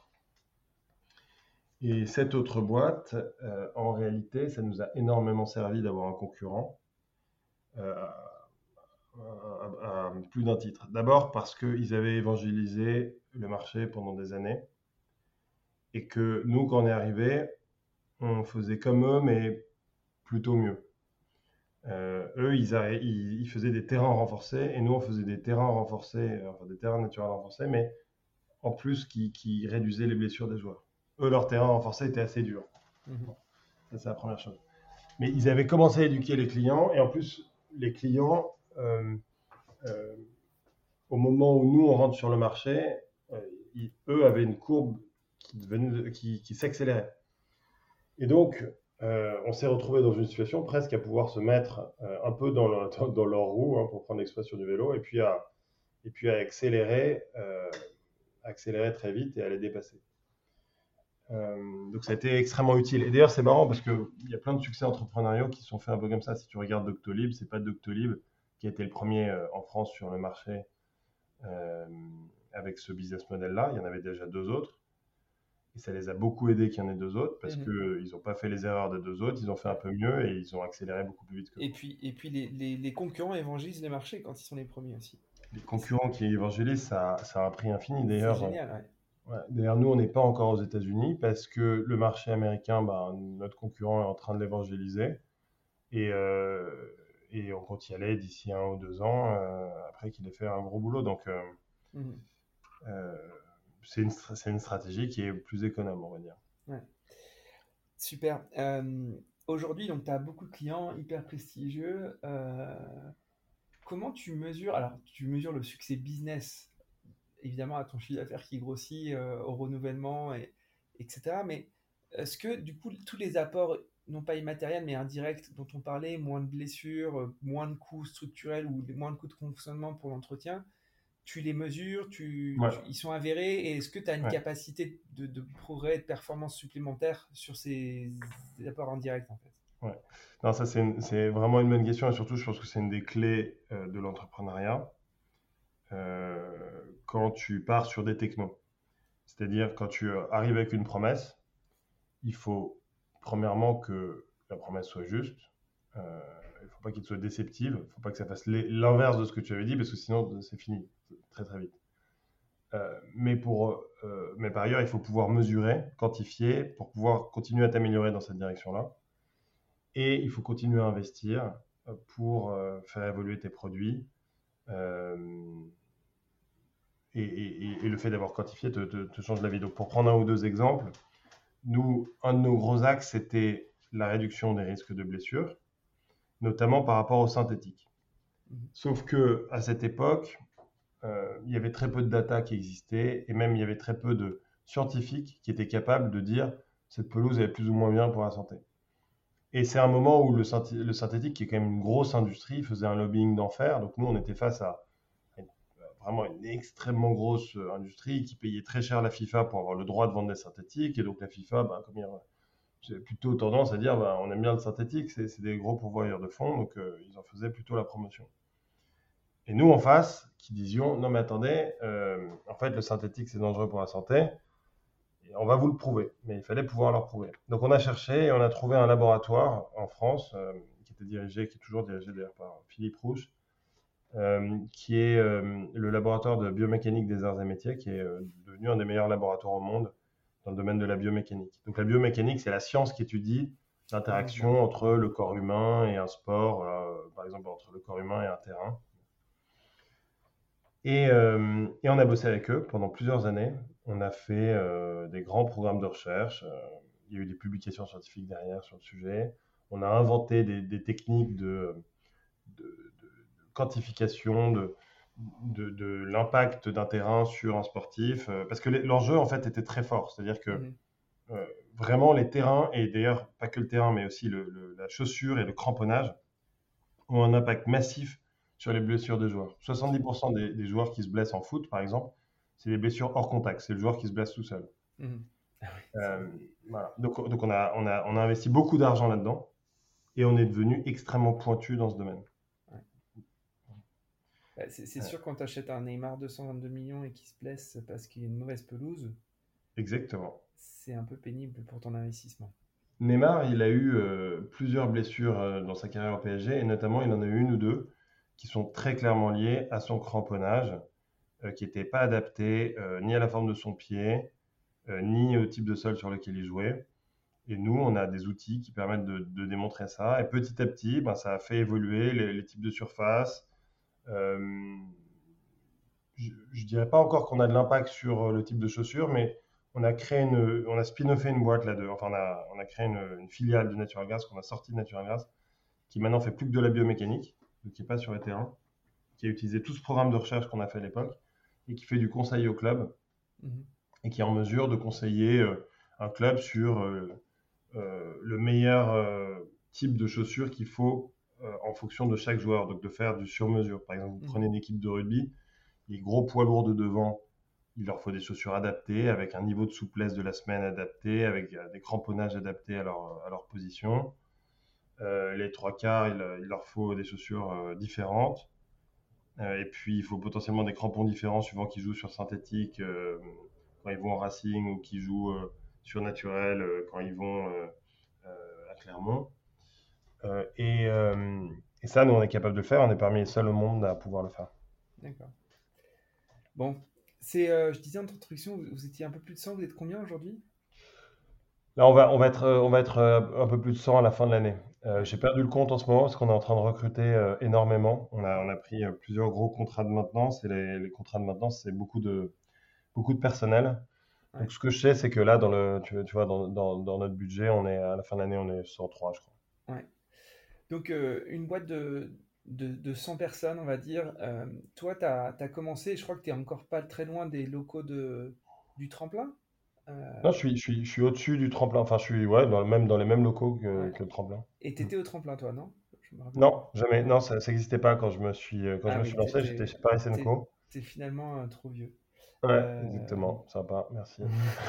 Et cette autre boîte, euh, en réalité, ça nous a énormément servi d'avoir un concurrent euh, à, à, à plus d'un titre. D'abord parce qu'ils avaient évangélisé le marché pendant des années et que nous, quand on est arrivé, on faisait comme eux, mais plutôt mieux. Euh, eux, ils, arri- ils, ils faisaient des terrains renforcés et nous, on faisait des terrains renforcés, enfin des terrains naturels renforcés, mais en plus qui, qui réduisaient les blessures des joueurs. Eux, leur terrain renforcé était assez dur. Mmh. Ça, c'est la première chose. Mais ils avaient commencé à éduquer les clients et en plus, les clients, euh, euh, au moment où nous, on rentre sur le marché, euh, ils, eux avaient une courbe qui, devenait, qui, qui s'accélérait. Et donc, euh, on s'est retrouvé dans une situation presque à pouvoir se mettre euh, un peu dans, le, dans, dans leur roue, hein, pour prendre l'expression du vélo, et puis à, et puis à accélérer, euh, accélérer très vite et à les dépasser. Euh, donc ça a été extrêmement utile. Et d'ailleurs, c'est marrant parce qu'il y a plein de succès entrepreneuriaux qui se sont faits un peu comme ça. Si tu regardes Doctolib, c'est pas Doctolib qui a été le premier euh, en France sur le marché euh, avec ce business model-là. Il y en avait déjà deux autres. Et ça les a beaucoup aidés qu'il y en ait deux autres parce mmh. qu'ils n'ont pas fait les erreurs des deux autres, ils ont fait un peu mieux et ils ont accéléré beaucoup plus vite que
Et puis, et puis les, les, les concurrents évangélisent les marchés quand ils sont les premiers aussi.
Les concurrents qui évangélisent, ça, ça a un prix infini. D'ailleurs,
c'est génial, ouais.
Ouais, d'ailleurs, nous, on n'est pas encore aux États-Unis parce que le marché américain, bah, notre concurrent est en train de l'évangéliser et, euh, et on compte y aller d'ici un ou deux ans euh, après qu'il ait fait un gros boulot. Donc, euh, mmh. euh, c'est une, c'est une stratégie qui est plus économe, on va dire.
Ouais. Super. Euh, aujourd'hui, donc, tu as beaucoup de clients hyper prestigieux. Euh, comment tu mesures, alors, tu mesures le succès business évidemment à ton chiffre d'affaires qui grossit, euh, au renouvellement, et, etc. Mais est-ce que du coup, tous les apports, non pas immatériels, mais indirects dont on parlait, moins de blessures, moins de coûts structurels ou moins de coûts de fonctionnement pour l'entretien, tu les mesures, tu, ouais. tu, ils sont avérés, et est-ce que tu as une ouais. capacité de, de progrès, de performance supplémentaire sur ces apports indirects en fait?
Ouais. Non, ça c'est, une, c'est vraiment une bonne question, et surtout je pense que c'est une des clés euh, de l'entrepreneuriat. Euh, quand tu pars sur des technos. C'est-à-dire, quand tu arrives avec une promesse, il faut, premièrement, que la promesse soit juste. Euh, il ne faut pas qu'elle soit déceptive. Il ne faut pas que ça fasse l'inverse de ce que tu avais dit, parce que sinon, c'est fini très, très vite. Euh, mais, pour, euh, mais par ailleurs, il faut pouvoir mesurer, quantifier, pour pouvoir continuer à t'améliorer dans cette direction-là. Et il faut continuer à investir pour euh, faire évoluer tes produits. Euh, Et, et, et le fait d'avoir quantifié te, te, te change la vie. Donc, pour prendre un ou deux exemples, nous, un de nos gros axes, c'était la réduction des risques de blessures, notamment par rapport au synthétique. Mmh. Sauf que à cette époque, euh, il y avait très peu de data qui existait, et même il y avait très peu de scientifiques qui étaient capables de dire cette pelouse est plus ou moins bien pour la santé. Et c'est un moment où le, synth- le synthétique, qui est quand même une grosse industrie, faisait un lobbying d'enfer. Donc nous, on était face à vraiment une extrêmement grosse industrie qui payait très cher la FIFA pour avoir le droit de vendre des synthétiques. Et donc la FIFA, bah, comme il j'ai plutôt tendance à dire bah, on aime bien le synthétique, c'est, c'est des gros pourvoyeurs de fonds, donc euh, ils en faisaient plutôt la promotion. Et nous, en face, qui disions non mais attendez, euh, en fait le synthétique c'est dangereux pour la santé, et on va vous le prouver, mais il fallait pouvoir leur prouver. Donc on a cherché et on a trouvé un laboratoire en France euh, qui était dirigé, qui est toujours dirigé d'ailleurs par Philippe Rouche, Euh, qui est euh, le laboratoire de biomécanique des arts et métiers, qui est euh, devenu un des meilleurs laboratoires au monde dans le domaine de la biomécanique. Donc la biomécanique, c'est la science qui étudie l'interaction mmh. entre le corps humain et un sport, euh, par exemple entre le corps humain et un terrain. Et, euh, et on a bossé avec eux pendant plusieurs années. On a fait euh, des grands programmes de recherche. Euh, il y a eu des publications scientifiques derrière sur le sujet. On a inventé des, des techniques de, de, de quantification de, de, de l'impact d'un terrain sur un sportif. Euh, parce que les- l'enjeu, en fait, était très fort. C'est-à-dire que
Mhm.
euh, vraiment, les terrains, et d'ailleurs, pas que le terrain, mais aussi le, le- la chaussure et le cramponnage, ont un impact massif sur les blessures des joueurs. soixante-dix pour cent des, des joueurs qui se blessent en foot, par exemple, c'est des blessures hors contact. C'est le joueur qui se blesse tout seul.
Mhm. Ah oui, c'est
Euh,
vrai.
voilà. Donc, donc on, a, on, a, on a investi beaucoup d'argent là-dedans et on est devenu extrêmement pointu dans ce domaine.
Ouais. Bah, c'est c'est
Ouais.
sûr, quand tu achètes un Neymar deux cent vingt-deux millions et qu'il se blesse parce qu'il y a une mauvaise pelouse,
Exactement.
c'est un peu pénible pour ton investissement.
Neymar, il a eu euh, plusieurs blessures euh, dans sa carrière au P S G et notamment il en a eu une ou deux qui sont très clairement liées à son cramponnage, euh, qui n'étaient pas adaptés euh, ni à la forme de son pied, euh, ni au type de sol sur lequel il jouait. Et nous, on a des outils qui permettent de, de démontrer ça. Et petit à petit, ben, ça a fait évoluer les, les types de surface. Euh, je ne dirais pas encore qu'on a de l'impact sur le type de chaussures, mais on a créé une, on a spin-offé une boîte là-dedans. Enfin, on a, on a créé une, une filiale de Natural Gas qu'on a sortie de Natural Gas, qui maintenant fait plus que de la biomécanique, donc qui n'est pas sur les terrains, qui a utilisé tout ce programme de recherche qu'on a fait à l'époque et qui fait du conseil au club
Mhm.
et qui est en mesure de conseiller euh, un club sur euh, euh, le meilleur euh, type de chaussures qu'il faut euh, en fonction de chaque joueur, donc de faire du sur-mesure. Par exemple, vous
Mhm.
prenez une équipe de rugby, les gros poids lourds de devant, il leur faut des chaussures adaptées, avec un niveau de souplesse de la semaine adapté, avec euh, des cramponnages adaptés à leur, à leur position. Euh, les trois quarts, il, il leur faut des chaussures euh, différentes. Euh, et puis, il faut potentiellement des crampons différents suivant qu'ils jouent sur synthétique euh, quand ils vont en racing ou qu'ils jouent euh, sur naturel euh, quand ils vont euh, euh, à Clermont. Euh, et, euh, et ça, nous, on est capable de le faire. On est parmi les seuls au monde à pouvoir le faire.
D'accord. Bon, c'est, euh, je disais en introduction, vous, vous étiez un peu plus de cent, vous êtes combien aujourd'hui?
Là, on va, on va être, euh, on va être euh, un peu plus de cent à la fin de l'année. Euh,
Ouais,
j'ai perdu le compte en ce moment parce qu'on est en train de recruter euh, énormément. On a,
ouais,
on a pris euh, plusieurs gros contrats de maintenance et les, les contrats de maintenance, c'est beaucoup de, beaucoup de personnel.
ouais,
Donc, ce que je sais, c'est que là, dans le, tu, tu vois, dans, dans, dans notre budget, on est à la fin de l'année, on est cent trois, je crois.
ouais. Donc, euh, une boîte de, de, de cent personnes, on va dire. Euh, toi, tu as commencé, je crois que tu n'es encore pas très loin des locaux de, du tremplin.
Non,
Euh,
je suis, je suis, je suis au-dessus du tremplin. Enfin, je suis, ouais, dans le même, dans les mêmes locaux que,
ouais.
que le tremplin.
Et tu
Mm.
étais au tremplin, toi, non? Je me rappelle plus.
Non, jamais.
Ouais.
Non, ça, ça n'existait pas quand je me suis, euh, quand je
Ah
me
oui,
suis lancé. J'étais
t'étais,
chez Paris
t'es,
Senco.
t'es finalement euh, trop vieux.
Ouais,
Euh,
exactement. Sympa, merci.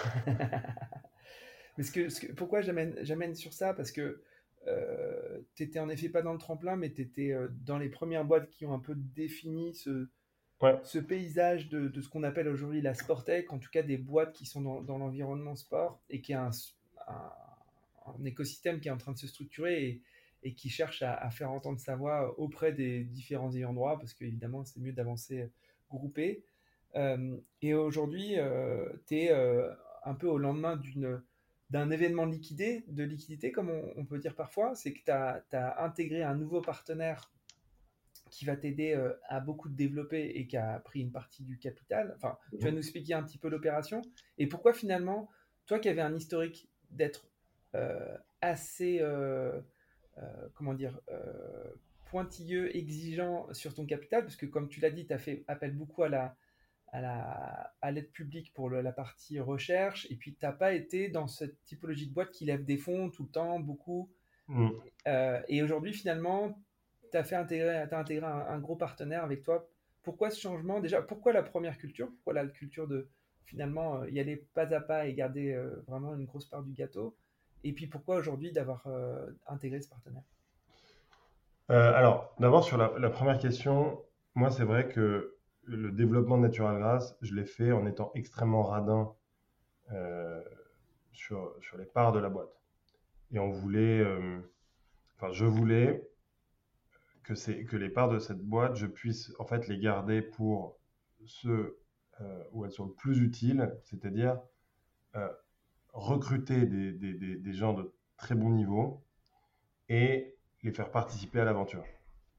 Mais ce que, ce que- pourquoi j'amène, j'amène sur ça? Parce que euh, tu n'étais en effet pas dans le tremplin, mais tu étais dans les premières boîtes qui ont un peu défini ce,
Ouais.
ce paysage de, de ce qu'on appelle aujourd'hui la Sportec, en tout cas des boîtes qui sont dans, dans l'environnement sport et qui a un, un- un écosystème qui est en train de se structurer et, et qui cherche à, à faire entendre sa voix auprès des différents ayants droit, parce qu'évidemment, c'est mieux d'avancer groupé. Euh, et aujourd'hui, tu es un peu au lendemain d'une d'un événement liquidé, de liquidité, comme on, on peut dire parfois, c'est que tu as intégré un nouveau partenaire qui va t'aider euh, à beaucoup te développer et qui a pris une partie du capital. Enfin, tu vas nous expliquer un petit peu l'opération et pourquoi finalement, toi qui avais un historique d'être euh, assez, euh, euh, comment dire, euh, pointilleux, exigeant sur ton capital, parce que comme tu l'as dit, tu as fait appel beaucoup à la à la à l'aide publique pour le, la partie recherche, et puis tu n'as pas été dans cette typologie de boîte qui lève des fonds tout le temps, beaucoup.
Mm.
Euh, et aujourd'hui, finalement, tu as fait intégrer, t'as intégré un, un gros partenaire avec toi. Pourquoi ce changement? Déjà, pourquoi la première culture? Pourquoi la culture de finalement euh, y aller pas à pas et garder euh, vraiment une grosse part du gâteau? Et puis pourquoi aujourd'hui d'avoir euh, intégré ce partenaire?
Euh, alors, d'abord sur la, la première question, moi c'est vrai que le développement de Natural Grass, je l'ai fait en étant extrêmement radin euh, sur, sur les parts de la boîte. Et on voulait, euh, enfin je voulais que, c'est, que les parts de cette boîte, je puisse en fait les garder pour ceux euh, où elles sont le plus utiles, c'est-à-dire euh, recruter des, des, des, des gens de très bon niveau et les faire participer à l'aventure.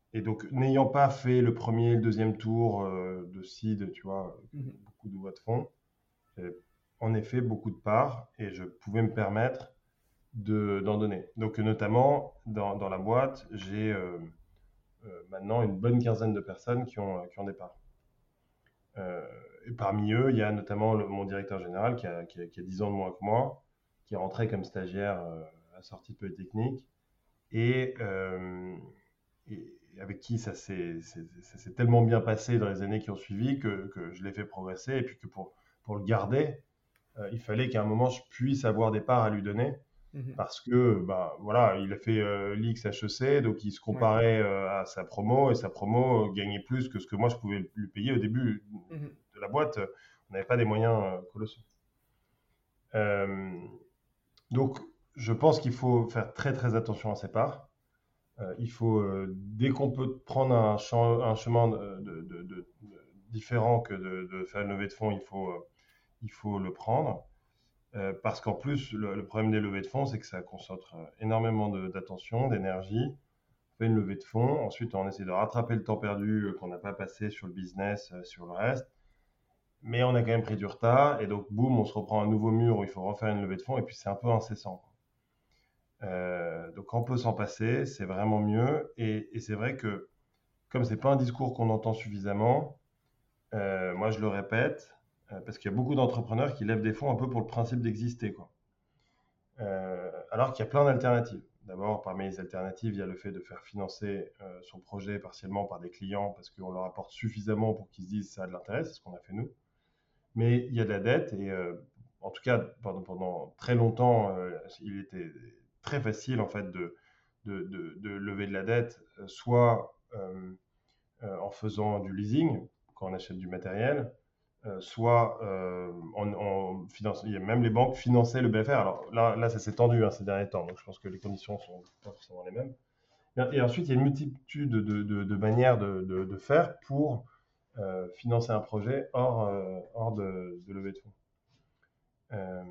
Et donc, n'ayant pas fait le premier, le deuxième tour euh, de seed, tu vois,
Mhm.
beaucoup de voix de fonds, j'avais en effet beaucoup de parts et je pouvais me permettre de, d'en donner. Donc, notamment, dans, dans la boîte, j'ai euh, euh, maintenant une bonne quinzaine de personnes qui ont, qui ont des parts. Euh, et parmi eux, il y a notamment le- mon directeur général qui a, qui, a, qui a dix ans de moins que moi, qui est rentré comme stagiaire euh, à la sortie de Polytechnique et, euh, et avec qui ça s'est, c'est- ça s'est tellement bien passé dans les années qui ont suivi que, que je l'ai fait progresser et puis que pour, pour le garder, euh, il fallait qu'à un moment je puisse avoir des parts à lui donner
Mhm.
parce que bah, voilà, il a fait euh, l'I X H E C, donc il se
Ouais.
comparait euh, à sa promo et sa promo euh, gagnait plus que ce que moi je pouvais lui payer au début
Mhm.
de la boîte. On n'avait pas des moyens euh, colossaux. Euh, donc je pense qu'il faut faire très très attention à ses parts. Euh, il faut, euh, dès qu'on peut prendre un, champ- un chemin de, de- de- de- de- différent que de, de faire une levée de fonds, il faut, euh, il faut le prendre. Euh, parce qu'en plus, le, le problème des levées de fonds, c'est que ça concentre euh, énormément de- d'attention, d'énergie. On fait une levée de fonds, ensuite on essaie de rattraper le temps perdu euh, qu'on n'a pas passé sur le business, euh, sur le reste. Mais on a quand même pris du retard, et donc boum, on se reprend un nouveau mur où il faut refaire une levée de fonds, et puis c'est un peu incessant, quoi. Euh, donc on peut s'en passer, c'est vraiment mieux. Et, et c'est vrai que comme c'est pas un discours qu'on entend suffisamment, euh, moi je le répète, euh, parce qu'il y a beaucoup d'entrepreneurs qui lèvent des fonds un peu pour le principe d'exister, quoi. Euh, alors qu'il y a plein d'alternatives. D'abord, parmi les alternatives, il y a le fait de faire financer euh, son projet partiellement par des clients parce qu'on leur apporte suffisamment pour qu'ils se disent ça a de l'intérêt, c'est ce qu'on a fait nous. Mais il y a de la dette et euh, en tout cas pendant, pendant très longtemps, euh, il était très facile en fait de, de, de, de lever de la dette, euh, soit euh, euh, en faisant du leasing quand on achète du matériel, euh, soit euh, en, en finance, il y a même les banques finançaient le B F R. Alors là, là ça s'est tendu hein, ces derniers temps, donc je pense que les conditions sont pas forcément les mêmes. Et ensuite, il y a une multitude de, de, de manières de, de, de, faire pour euh, financer un projet hors, euh, hors de, de levée de fonds. Euh,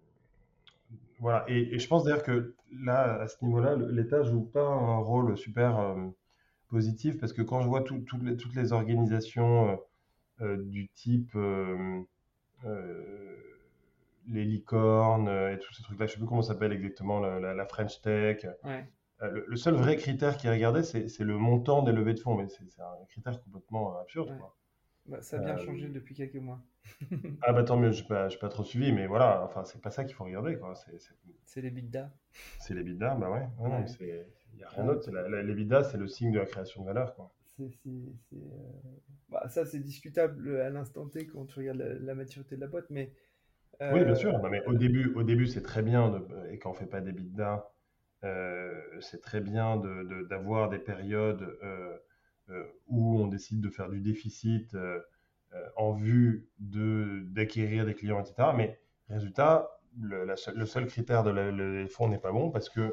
voilà, et, et, je pense d'ailleurs que là, à ce niveau-là, l'État joue pas un rôle super euh, positif parce que quand je vois tout, tout les, toutes les organisations euh, euh, du type euh, euh, les licornes euh, et tous ces trucs-là. Je ne sais plus comment ça s'appelle exactement, la, la, la French Tech.
Ouais.
Euh, le, le seul vrai critère qui est regardé, c'est, c'est le montant des levées de fonds, mais c'est, c'est un critère complètement absurde,
Ouais.
quoi.
Bah, ça a bien
Euh,
changé depuis quelques mois.
ah bah tant mieux, je n'ai pas, j'ai pas trop suivi, mais voilà, enfin c'est pas ça qu'il faut regarder, quoi. C'est, c'est,
C'est les bidas.
c'est l'EBITDA, bah ouais, ouais, non, mais
Ouais.
c'est, il n'y a rien
Non,
d'autre. C'est la, la, l'EBITDA, c'est le signe de la création de valeur, quoi.
c'est, c'est, c'est, euh, bah, ça, c'est discutable à l'instant T quand tu regardes la, la maturité de la boîte, mais
Oui, bien
euh,
sûr. Non, mais au début, au début, c'est très bien de- et quand on fait pas d'EBITDA, euh, c'est très bien de, de- d'avoir des périodes euh, euh, où on décide de faire du déficit euh, euh, en vue de, d'acquérir des clients, et cetera. Mais résultat, le, la seule- le seul critère de la- le- les fonds n'est pas bon parce que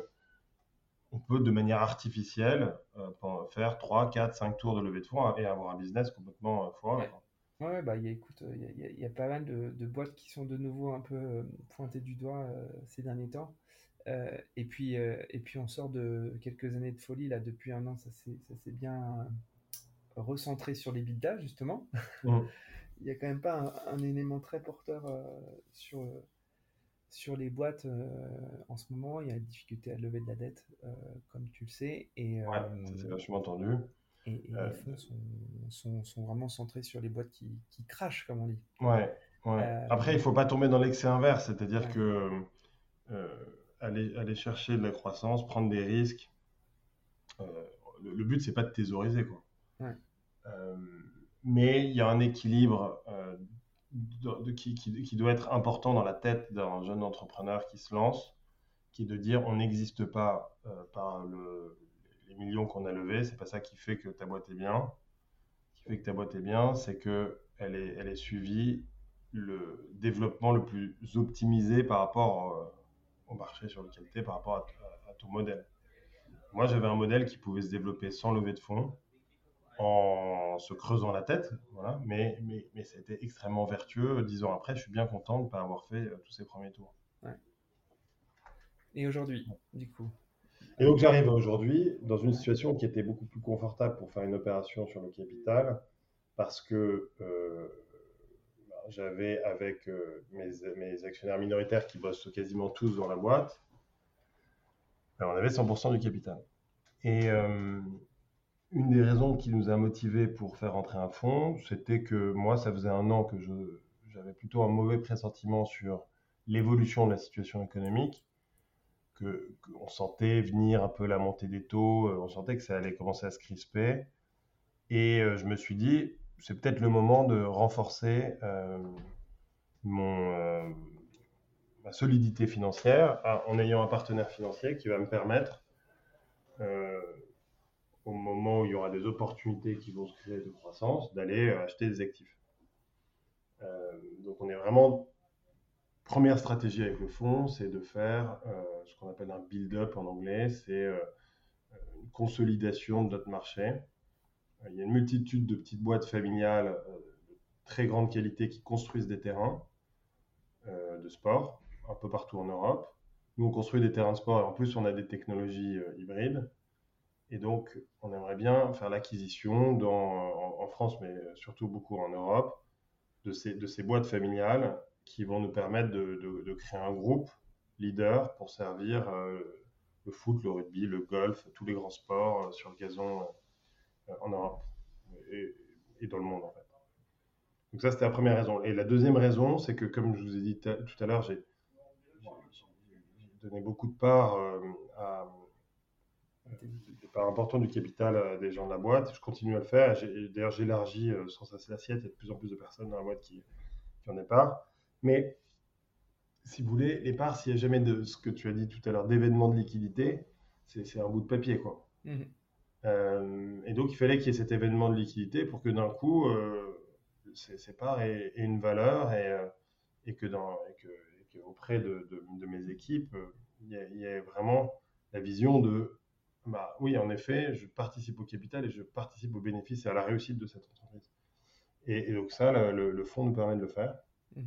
on peut de manière artificielle euh, pen- faire trois, quatre, cinq tours de levée de fonds hein, et avoir un business complètement euh, foireux,
ouais.
quoi.
Ouais, bah, il y a, écoute, il y a, il y a- il y a pas mal de, de boîtes qui sont de nouveau un peu euh, pointées du doigt euh, ces derniers temps. Euh, et puis, euh, et puis, on sort de quelques années de folie. Là, depuis un an, ça s'est, ça s'est bien euh, recentré sur les bidas, justement.
Mhm.
Il n'y a quand même pas un, un élément très porteur euh, sur, euh, sur les boîtes euh, en ce moment. Il y a une difficulté à lever de la dette, euh, comme tu le sais. Et,
Ouais,
euh,
ça c'est vachement tendu.
et, et les
Euh,
fonds sont, sont, sont vraiment centrés sur les boîtes qui, qui crachent, comme on dit.
Ouais, ouais.
Euh,
Après, il faut pas tomber dans l'excès inverse, c'est-à-dire
ouais.
que euh, aller, aller chercher de la croissance, prendre des risques, euh, le, le but, c'est pas de thésauriser, quoi.
Ouais.
Euh, mais il y a un équilibre euh, de- de- qui, qui- qui doit être important dans la tête d'un jeune entrepreneur qui se lance, qui est de dire on n'existe pas euh, par le- les millions qu'on a levés, c'est pas ça qui fait que ta boîte est bien. Ce qui fait que ta boîte est bien, c'est que elle est, elle est suivie le développement le plus optimisé par rapport euh, au marché sur lequel tu es, par rapport à, à- à ton modèle. Moi, j'avais un modèle qui pouvait se développer sans lever de fonds, en se creusant la tête, voilà, mais, mais, mais ça a été extrêmement vertueux. Dix ans après, je suis bien content de ne pas avoir fait euh, tous ces premiers tours.
Ouais. Et aujourd'hui, du coup.
Et donc j'arrive aujourd'hui dans une situation qui était beaucoup plus confortable pour faire une opération sur le capital parce que euh, j'avais avec euh, mes, mes actionnaires minoritaires qui bossent quasiment tous dans la boîte, ben, on avait cent pour cent du capital. Et euh, une des raisons qui nous a motivés pour faire rentrer un fonds, c'était que moi, ça faisait un an que je, j'avais plutôt un mauvais pressentiment sur l'évolution de la situation économique, que, qu'on sentait venir un peu la montée des taux, on sentait que ça allait commencer à se crisper. Et euh, je me suis dit, c'est peut-être le moment de renforcer euh, mon, euh, ma solidité financière en ayant un partenaire financier qui va me permettre, euh, au moment où il y aura des opportunités qui vont se créer de croissance, d'aller acheter des actifs. Euh, donc on est vraiment... Première stratégie avec le fonds, c'est de faire euh, ce qu'on appelle un build-up en anglais, c'est euh, une consolidation de notre marché. Il y a une multitude de petites boîtes familiales euh, de très grande qualité qui construisent des terrains euh, de sport un peu partout en Europe. Nous, on construit des terrains de sport et en plus, on a des technologies euh, hybrides. Et donc, on aimerait bien faire l'acquisition dans, en, en France, mais surtout beaucoup en Europe, de ces, de ces boîtes familiales qui vont nous permettre de, de, de créer un groupe leader pour servir euh, le foot, le rugby, le golf, tous les grands sports euh, sur le gazon euh, en Europe et, et dans le monde en fait. Donc ça, c'était la première raison. Et la deuxième raison, c'est que comme je vous ai dit t- tout à l'heure, j'ai, j'ai, j'ai donné beaucoup de part euh, à des parts importantes du capital euh, des gens de la boîte. Je continue à le faire. J'ai, d'ailleurs, j'élargis euh, sans cesser l'assiette. Il y a de plus en plus de personnes dans la boîte qui, qui en ont part. Mais si vous voulez, les parts, s'il n'y a jamais de ce que tu as dit tout à l'heure, d'événements de liquidité, c'est, c'est un bout de papier, quoi. Mmh. Euh, et donc, il fallait qu'il y ait cet événement de liquidité pour que d'un coup, euh, ces, ces parts aient, aient une valeur et, euh, et que, dans, et que, et que auprès de, de, de mes équipes, il y, ait, il y ait vraiment la vision de, bah oui, en effet, je participe au capital et je participe aux bénéfices et à la réussite de cette entreprise. Et, et donc ça, le, le, le fonds nous permet de le faire. Mmh.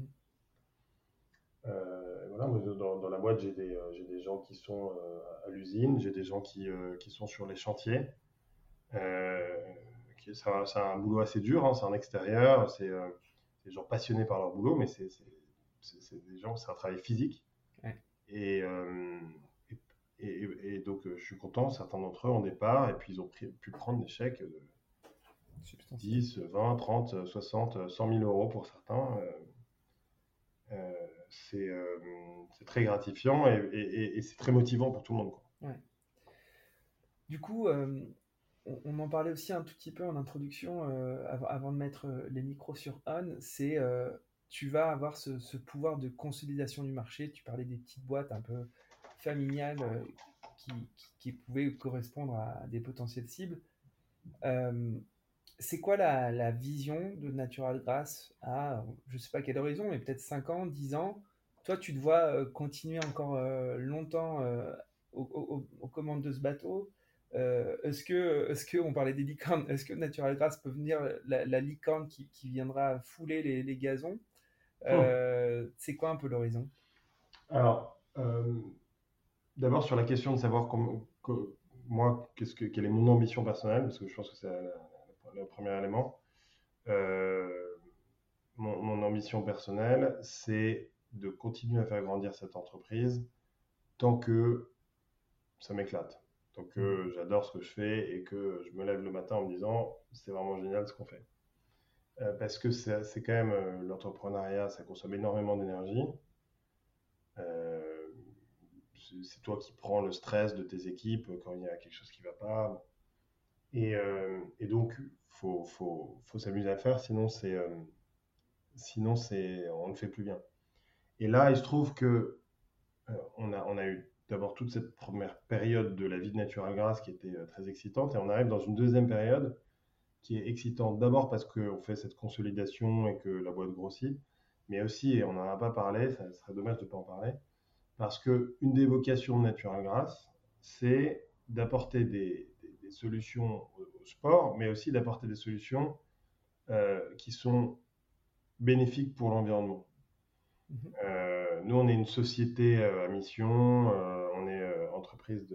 Euh, voilà, dans, dans la boîte, j'ai des, euh, j'ai des gens qui sont euh, à l'usine, j'ai des gens qui, euh, qui sont sur les chantiers. Euh, qui, c'est, un, c'est un boulot assez dur, hein, c'est en extérieur, c'est euh, des gens passionnés par leur boulot, mais c'est, c'est, c'est, c'est des gens, c'est un travail physique. Ouais. Et, euh, et, et, et donc, je suis content, certains d'entre eux ont des parts, et puis ils ont pris, pu prendre des chèques de dix, vingt, trente, soixante, cent mille euros pour certains. Euh, euh, c'est, euh, c'est très gratifiant et, et, et c'est très motivant pour tout le monde, quoi.
Ouais. Du coup, euh, on, on en parlait aussi un tout petit peu en introduction, euh, avant, avant de mettre les micros sur on, c'est euh, tu vas avoir ce, ce pouvoir de consolidation du marché. Tu parlais des petites boîtes un peu familiales euh, qui, qui, qui pouvaient correspondre à des potentielles cibles. Euh, c'est quoi la, la vision de Natural Grass à, je sais pas quel horizon, mais peut-être cinq ans, dix ans? Toi, tu te vois euh, continuer encore euh, longtemps euh, aux, aux, aux commandes de ce bateau? Euh, est-ce que, est-ce que, on parlait des licornes, est-ce que Natural Grass peut venir la, la licorne qui, qui viendra fouler les, les gazons? euh, oh. C'est quoi un peu l'horizon?
Alors, euh, d'abord sur la question de savoir comment, que, moi, qu'est-ce que, quelle est mon ambition personnelle, parce que je pense que c'est la, la, le premier élément. Euh, mon, mon ambition personnelle, c'est de continuer à faire grandir cette entreprise tant que ça m'éclate. Tant que j'adore ce que je fais et que je me lève le matin en me disant c'est vraiment génial ce qu'on fait. Euh, parce que c'est, c'est quand même euh, l'entrepreneuriat, ça consomme énormément d'énergie. Euh, c'est, c'est toi qui prends le stress de tes équipes quand il y a quelque chose qui ne va pas. Et, euh, et donc, il faut, faut, faut s'amuser à le faire, sinon, c'est, euh, sinon c'est, on ne le fait plus bien. Et là, il se trouve que euh, on, a, on a eu d'abord toute cette première période de la vie de Natural Grass qui était euh, très excitante, et on arrive dans une deuxième période qui est excitante d'abord parce qu'on fait cette consolidation et que la boîte grossit, mais aussi, et on n'en a pas parlé, ça serait dommage de ne pas en parler, parce qu'une des vocations de Natural Grass, c'est d'apporter des, des, des solutions au, au sport, mais aussi d'apporter des solutions euh, qui sont bénéfiques pour l'environnement. Euh, nous, on est une société euh, à mission, euh, on est euh, entreprise de,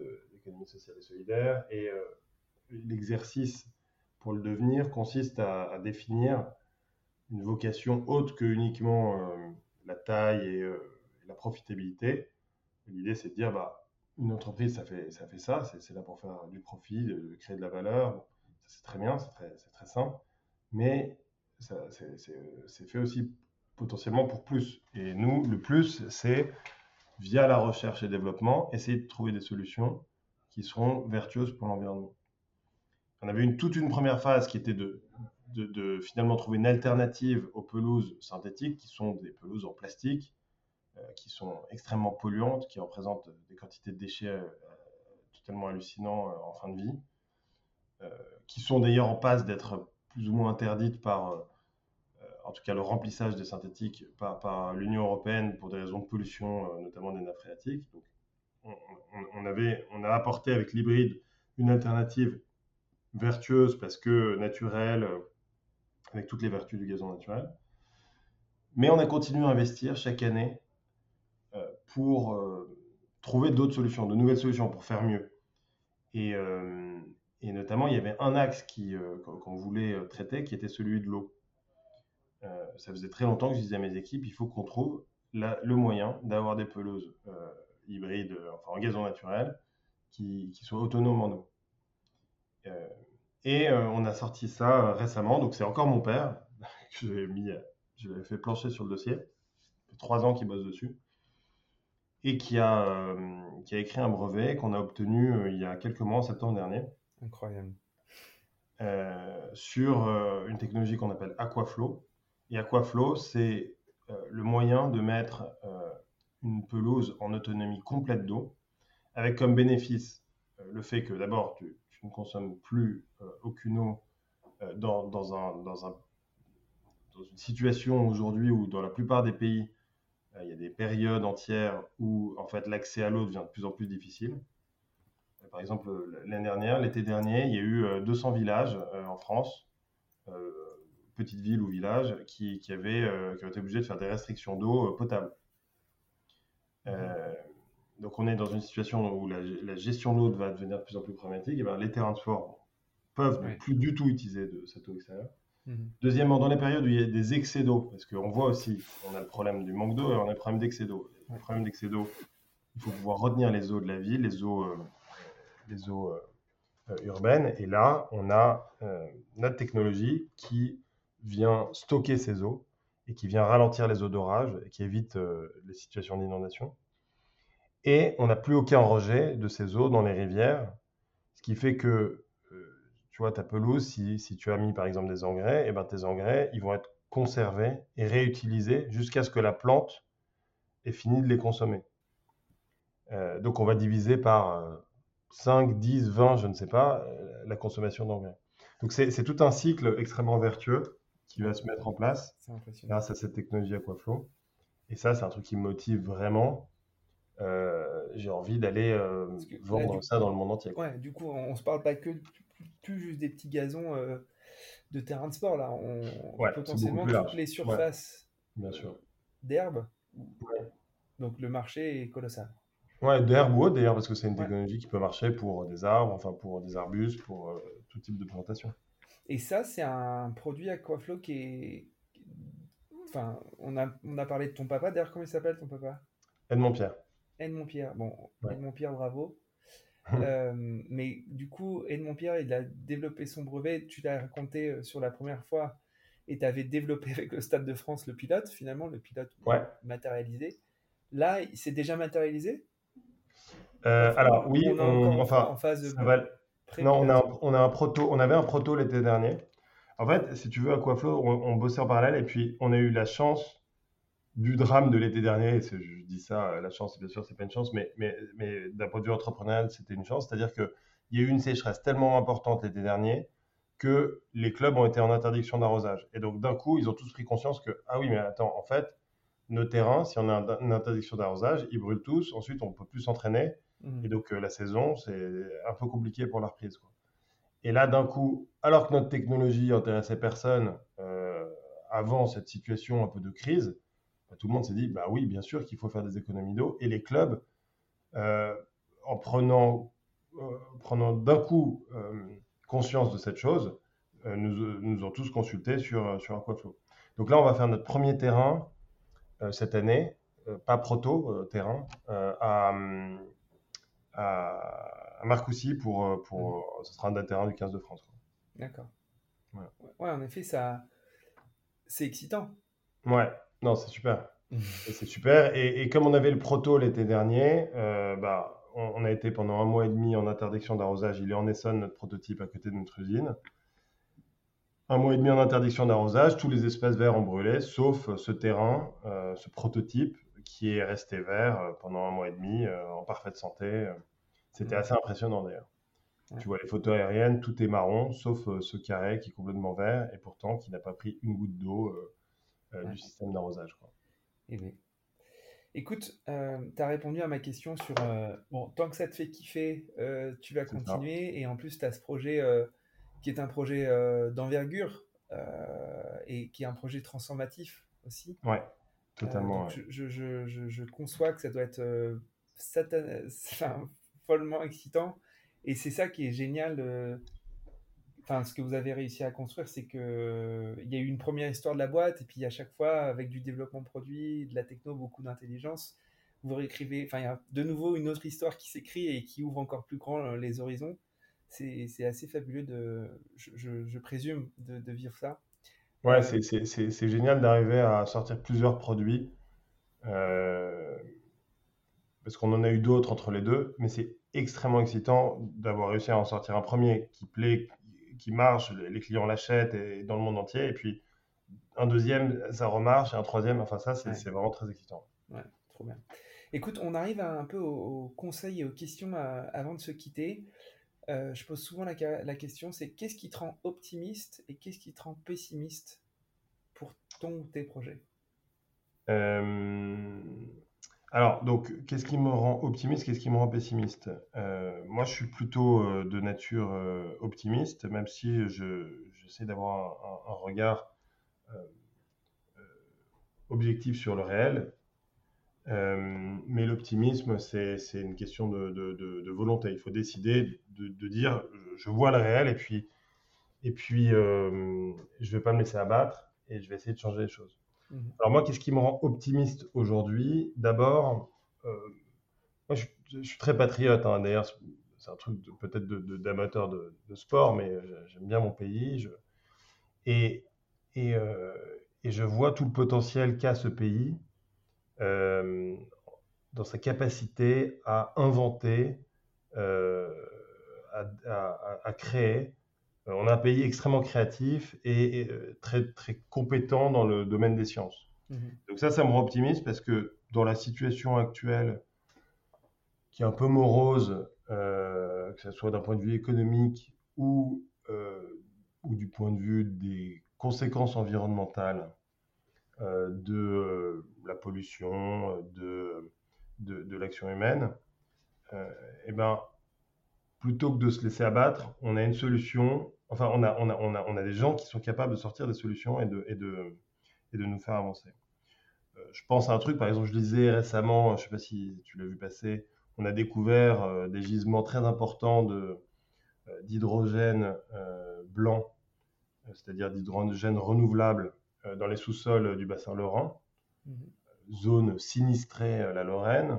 l'économie sociale et solidaire. Et euh, l'exercice pour le devenir consiste à, à définir une vocation autre que uniquement euh, la taille et, euh, et la profitabilité. L'idée, c'est de dire, bah, une entreprise, ça fait ça, fait ça c'est, c'est là pour faire du profit, de, de créer de la valeur. Bon, ça, c'est très bien, c'est très, c'est très simple, mais ça, c'est, c'est, c'est fait aussi potentiellement pour plus. Et nous, le plus, c'est via la recherche et développement, essayer de trouver des solutions qui seront vertueuses pour l'environnement. On avait une, toute une première phase qui était de, de, de finalement trouver une alternative aux pelouses synthétiques, qui sont des pelouses en plastique, euh, qui sont extrêmement polluantes, qui représentent des quantités de déchets euh, totalement hallucinants euh, en fin de vie, euh, qui sont d'ailleurs en passe d'être plus ou moins interdites par, euh, en tout cas le remplissage des synthétiques, par, par l'Union européenne pour des raisons de pollution, euh, notamment des nappes phréatiques. Donc, on, on, on, avait, on a apporté avec l'hybride une alternative vertueuse parce que naturelle, avec toutes les vertus du gazon naturel. Mais on a continué à investir chaque année euh, pour euh, trouver d'autres solutions, de nouvelles solutions pour faire mieux. Et, euh, et notamment, il y avait un axe qui, euh, qu'on voulait traiter, qui était celui de l'eau. Euh, ça faisait très longtemps que je disais à mes équipes, il faut qu'on trouve la, le moyen d'avoir des peleuses euh, hybrides, enfin en gazon naturel, qui, qui soient autonomes en eau. Euh, et euh, on a sorti ça euh, récemment, donc c'est encore mon père que j'ai mis, je l'avais fait plancher sur le dossier. Ça fait trois ans qu'il bosse dessus et qui a, euh, qui a écrit un brevet qu'on a obtenu euh, il y a quelques mois, en septembre dernier.
Incroyable.
Euh, sur euh, une technologie qu'on appelle Aquaflow. Et Aquaflow, c'est euh, le moyen de mettre euh, une pelouse en autonomie complète d'eau, avec comme bénéfice euh, le fait que d'abord tu, tu ne consommes plus euh, aucune eau euh, dans, dans, un, dans, un, dans une situation aujourd'hui où dans la plupart des pays euh, il y a des périodes entières où en fait l'accès à l'eau devient de plus en plus difficile. Euh, par exemple, l'année dernière, l'été dernier, il y a eu euh, deux cents villages euh, en France, euh, petites villes ou villages, qui, qui, avaient, euh, qui ont été obligés de faire des restrictions d'eau euh, potable. Euh, donc on est dans une situation où la, la gestion de l'eau va devenir de plus en plus problématique. Et bien, les terrains de sport peuvent ne
Ouais.
plus du tout utiliser de cette eau extérieure.
Mhm.
Deuxièmement, dans les périodes où il y a des excès d'eau, parce qu'on voit aussi, on a le problème du manque d'eau et on a le problème d'excès d'eau. Le problème d'excès d'eau, il faut pouvoir retenir les eaux de la ville, les eaux, euh, les eaux euh, urbaines. Et là, on a euh, notre technologie qui vient stocker ces eaux et qui vient ralentir les eaux d'orage et qui évite euh, les situations d'inondation. Et on n'a plus aucun rejet de ces eaux dans les rivières, ce qui fait que, euh, tu vois, ta pelouse, si, si tu as mis par exemple des engrais, et ben tes engrais, ils vont être conservés et réutilisés jusqu'à ce que la plante ait fini de les consommer. Euh, donc on va diviser par euh, cinq, dix, vingt, je ne sais pas, euh, la consommation d'engrais. Donc c'est, c'est tout un cycle extrêmement vertueux qui va se mettre en place
C'est impressionnant.
grâce à cette technologie Aquaflow. Et ça, c'est un truc qui me motive vraiment. Euh, j'ai envie d'aller euh,
que
vendre
là, du-
ça dans le monde entier. quoi.
Ouais, du coup, on, on se parle pas que plus, plus juste des petits gazons euh, de terrain de sport là. On,
Ouais, c'est beaucoup
potentiellement
plus
toutes
large.
les
Ouais,
surfaces
bien
euh,
sûr.
d'herbe.
Ouais,
Donc le marché est colossal.
ouais d'herbe ou autre d'ailleurs, parce que c'est une
Ouais.
technologie qui peut marcher pour des arbres, enfin pour des arbustes, pour euh, tout type de plantation.
Et ça, c'est un produit Aquaflow qui est. Enfin, on a, on a parlé de ton papa. D'ailleurs, comment il s'appelle ton papa?
Edmond Pierre.
Edmond Pierre. Bon,
Ouais.
Edmond Pierre, bravo. Euh, mais du coup, Edmond Pierre, il a développé son brevet. Tu l'as raconté euh, sur la première fois. Et tu avais développé avec le Stade de France le pilote, finalement, le pilote
Ouais.
matérialisé. Là, il s'est déjà matérialisé?
Euh,
Ou-
alors oui,
on est
on,
encore en,
enfin,
en phase
ça va. Non, on a,
pré-pilote?
un, on a un proto, on avait un proto l'été dernier. En fait, si tu veux, Aquaflow, on, on bossait en parallèle et puis on a eu la chance du drame de l'été dernier. Et c'est- je dis ça, la chance, bien sûr, c'est pas une chance, mais, mais, mais d'un point de vue entrepreneurial, c'était une chance. C'est-à-dire qu'il y a eu une sécheresse tellement importante l'été dernier que les clubs ont été en interdiction d'arrosage. Et donc, d'un coup, ils ont tous pris conscience que, ah oui, mais attends, en fait, nos terrains, si on a une interdiction d'arrosage, ils brûlent tous. Ensuite, on ne peut plus s'entraîner.
Mhm.
Et donc, euh, la saison, c'est un peu compliqué pour la reprise, quoi. Et là, d'un coup, alors que notre technologie intéressait personne euh, avant cette situation un peu de crise, bah, tout le monde s'est dit, bah oui, bien sûr qu'il faut faire des économies d'eau. Et les clubs, euh, en prenant euh, prenant d'un coup euh, conscience de cette chose, euh, nous, nous ont tous consultés sur, sur Aquaflow. Donc là, on va faire notre premier terrain euh, cette année, euh, pas proto, euh, terrain, euh, à, à, à Marcoussis pour, pour, mmh. Ce sera un des terrains du quinze de France. Quoi.
D'accord.
Voilà.
Ouais, en effet, ça, c'est excitant.
Ouais, non, c'est super. C'est super. Et, et comme on avait le proto l'été dernier, euh, bah, on, on a été pendant un mois et demi en interdiction d'arrosage. Il est en Essonne, notre prototype, à côté de notre usine. Un mois et demi en interdiction d'arrosage, tous les espaces verts ont brûlé, sauf ce terrain, euh, ce prototype, qui est resté vert euh, pendant un mois et demi, euh, en parfaite santé. C'était mmh. assez impressionnant d'ailleurs. Ouais. Tu vois les photos aériennes, tout est marron, sauf euh, ce carré qui est complètement vert, et pourtant qui n'a pas pris une goutte d'eau euh, euh, ouais. du système d'arrosage. Quoi.
Eh bien. Écoute, euh, tu as répondu à ma question sur, euh, bon, tant que ça te fait kiffer, euh, tu vas C'est continuer, ça. Et en plus, tu as ce projet euh, qui est un projet euh, d'envergure euh, et qui est un projet transformatif aussi.
Ouais, totalement.
Euh, donc
ouais.
je, je, je, je conçois que ça doit être euh, satan... enfin, follement excitant, et c'est ça qui est génial. Euh... Enfin, ce que vous avez réussi à construire, c'est que il y a eu une première histoire de la boîte, et puis à chaque fois, avec du développement de produits, de la techno, beaucoup d'intelligence, vous réécrivez. Enfin, il y a de nouveau une autre histoire qui s'écrit et qui ouvre encore plus grand les horizons. C'est, c'est assez fabuleux de, je, je, je présume, de, de vivre ça.
Ouais, euh... c'est, c'est, c'est, c'est génial d'arriver à sortir plusieurs produits. Euh... Parce qu'on en a eu d'autres entre les deux, mais c'est extrêmement excitant d'avoir réussi à en sortir un premier qui plaît, qui marche, les clients l'achètent et dans le monde entier, et puis un deuxième, ça remarche, et un troisième, enfin ça, c'est, ouais. c'est vraiment très excitant.
Ouais, trop bien. Écoute, on arrive à un peu aux, aux conseils et aux questions à, avant de se quitter. Euh, je pose souvent la, la question, c'est qu'est-ce qui te rend optimiste et qu'est-ce qui te rend pessimiste pour ton ou tes projets?
euh... Alors, donc, qu'est-ce qui me rend optimiste, qu'est-ce qui me rend pessimiste? euh, Moi, je suis plutôt euh, de nature euh, optimiste, même si je, j'essaie d'avoir un, un, un regard euh, euh, objectif sur le réel. Euh, mais l'optimisme, c'est, c'est une question de, de, de, de volonté. Il faut décider de, de dire, je, je vois le réel, et puis, et puis euh, je ne vais pas me laisser abattre, et je vais essayer de changer les choses. Mmh. Alors moi, qu'est-ce qui me rend optimiste aujourd'hui? D'abord, euh, moi, je, je suis très patriote. Hein. D'ailleurs, c'est un truc de, peut-être de, de, d'amateur de, de sport, mais j'aime bien mon pays. Je... Et, et, euh, et je vois tout le potentiel qu'a ce pays euh, dans sa capacité à inventer, euh, à, à, à créer. On a un pays extrêmement créatif et, et très, très compétent dans le domaine des sciences. Mmh. Donc ça, ça me rend optimiste parce que dans la situation actuelle, qui est un peu morose, euh, que ce soit d'un point de vue économique ou, euh, ou du point de vue des conséquences environnementales euh, de euh, la pollution, de, de, de l'action humaine, euh, et ben, plutôt que de se laisser abattre, on a une solution, enfin on a, on a, on a, on a des gens qui sont capables de sortir des solutions et de, et de, et de nous faire avancer. Euh, je pense à un truc, par exemple, je lisais récemment, je ne sais pas si tu l'as vu passer, on a découvert euh, des gisements très importants de, euh, d'hydrogène euh, blanc, euh, c'est-à-dire d'hydrogène renouvelable euh, dans les sous-sols du bassin lorrain, mmh. zone sinistrée euh, la Lorraine,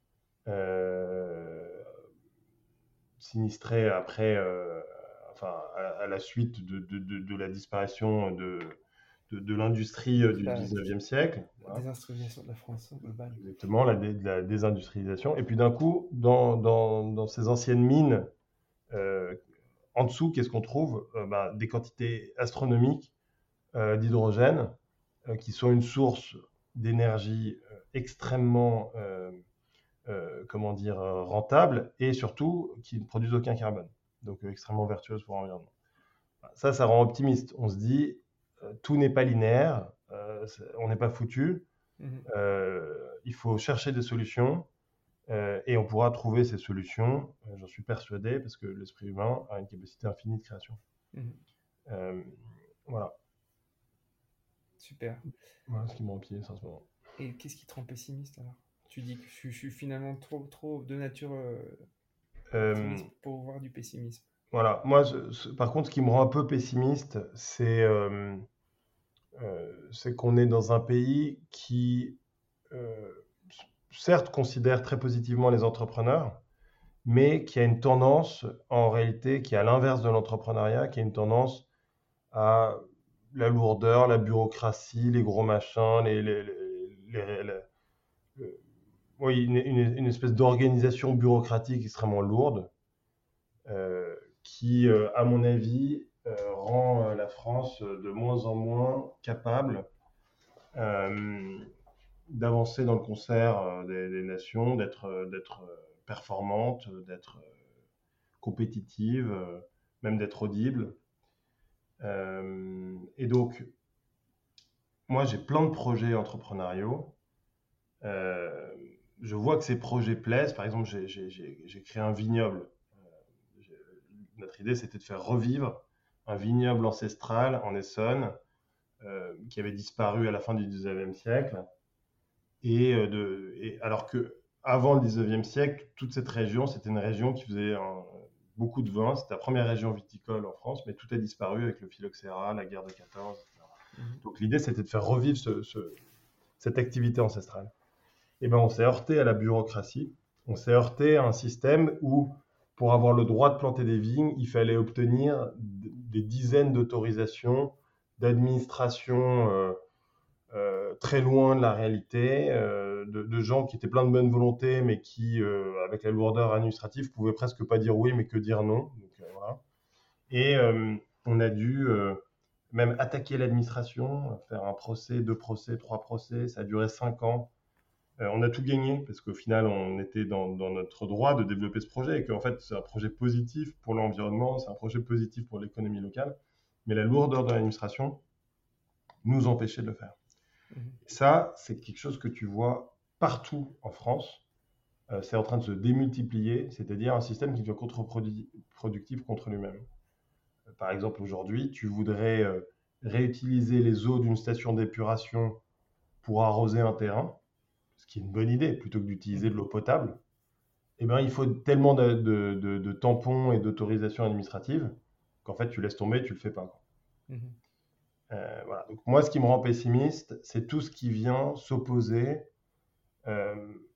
euh, sinistrée après, euh, enfin, à, à la suite de, de, de, de la disparition de, de, de l'industrie du la, dix-neuvième siècle.
La voilà. Désindustrialisation de la France globale.
Exactement, la, dé, la désindustrialisation. Et puis d'un coup, dans, dans, dans ces anciennes mines, euh, en dessous, qu'est-ce qu'on trouve? euh, bah, Des quantités astronomiques euh, d'hydrogène euh, qui sont une source d'énergie euh, extrêmement, euh, euh, comment dire, rentable et surtout qui ne produisent aucun carbone. Donc euh, extrêmement vertueuse pour l'environnement. Ça, ça rend optimiste. On se dit, euh, tout n'est pas linéaire, euh, on n'est pas foutu. Mmh. Euh, il faut chercher des solutions euh, et on pourra trouver ces solutions, euh, j'en suis persuadé, parce que l'esprit humain a une capacité infinie de création. Mmh. Euh, voilà.
Super.
Voilà ce qui me rend optimiste en ce moment.
Et qu'est-ce qui te rend pessimiste alors? Tu dis que je, je suis finalement trop, trop de nature... Euh...
Euh,
Optimisme pour voir du pessimisme.
voilà. Moi, je- ce- par contre, ce qui me rend un peu pessimiste, c'est euh, euh, c'est qu'on est dans un pays qui, euh, certes, considère très positivement les entrepreneurs, mais qui a une tendance, en réalité, qui est à l'inverse de l'entrepreneuriat, qui a une tendance à la lourdeur, la bureaucratie, les gros machins, les, les, les- les- les- le- oui, une, une- une espèce d'organisation bureaucratique extrêmement lourde, euh, qui, euh, à mon avis, euh, rend euh, la France de moins en moins capable euh, d'avancer dans le concert euh, des, des nations, d'être euh, d'être euh, performante, d'être euh, compétitive, euh, même d'être audible. Euh, et donc, moi, j'ai plein de projets entrepreneuriaux. Euh, je vois que ces projets plaisent. Par exemple, j'ai, j'ai- j'ai- j'ai créé un vignoble. Euh, j'ai- notre idée, c'était de faire revivre un vignoble ancestral en Essonne euh, qui avait disparu à la fin du dix-neuvième siècle. Et, euh, de, et alors que avant le dix-neuvième siècle, toute cette région, c'était une région qui faisait un- beaucoup de vin. C'était la première région viticole en France, mais tout a disparu avec le phylloxéra, la guerre de quatorze, et cetera.
Mhm.
Donc l'idée, c'était de faire revivre ce- ce- cette activité ancestrale. Et ben, on s'est heurté à la bureaucratie. On s'est heurté à un système où, pour avoir le droit de planter des vignes, il fallait obtenir d- des dizaines d'autorisations d'administration euh, euh, très loin de la réalité, euh, de, de gens qui étaient pleins de bonne volonté, mais qui, euh, avec la lourdeur administrative, pouvaient presque pas dire oui, mais que dire non. Donc, euh, voilà. Et euh, on a dû euh, même attaquer l'administration, faire un procès, deux procès, trois procès. Ça a duré cinq ans. Euh, on a tout gagné parce qu'au final, on était dans, dans notre droit de développer ce projet et qu'en fait, c'est un projet positif pour l'environnement, c'est un projet positif pour l'économie locale. Mais la lourdeur de l'administration nous empêchait de le faire.
Mhm.
Et ça, c'est quelque chose que tu vois partout en France. Euh, c'est en train de se démultiplier, c'est-à-dire un système qui devient contre-productif contre lui-même. Euh, Par exemple, aujourd'hui, tu voudrais euh, réutiliser les eaux d'une station d'épuration pour arroser un terrain, ce qui est une bonne idée, plutôt que d'utiliser de l'eau potable. Eh ben, il faut tellement de, de- de- de tampons et d'autorisations administratives qu'en fait, tu laisses tomber, tu le fais pas, quoi.
Mhm.
Euh, voilà. Donc, moi, ce qui me rend pessimiste, c'est tout ce qui vient s'opposer euh,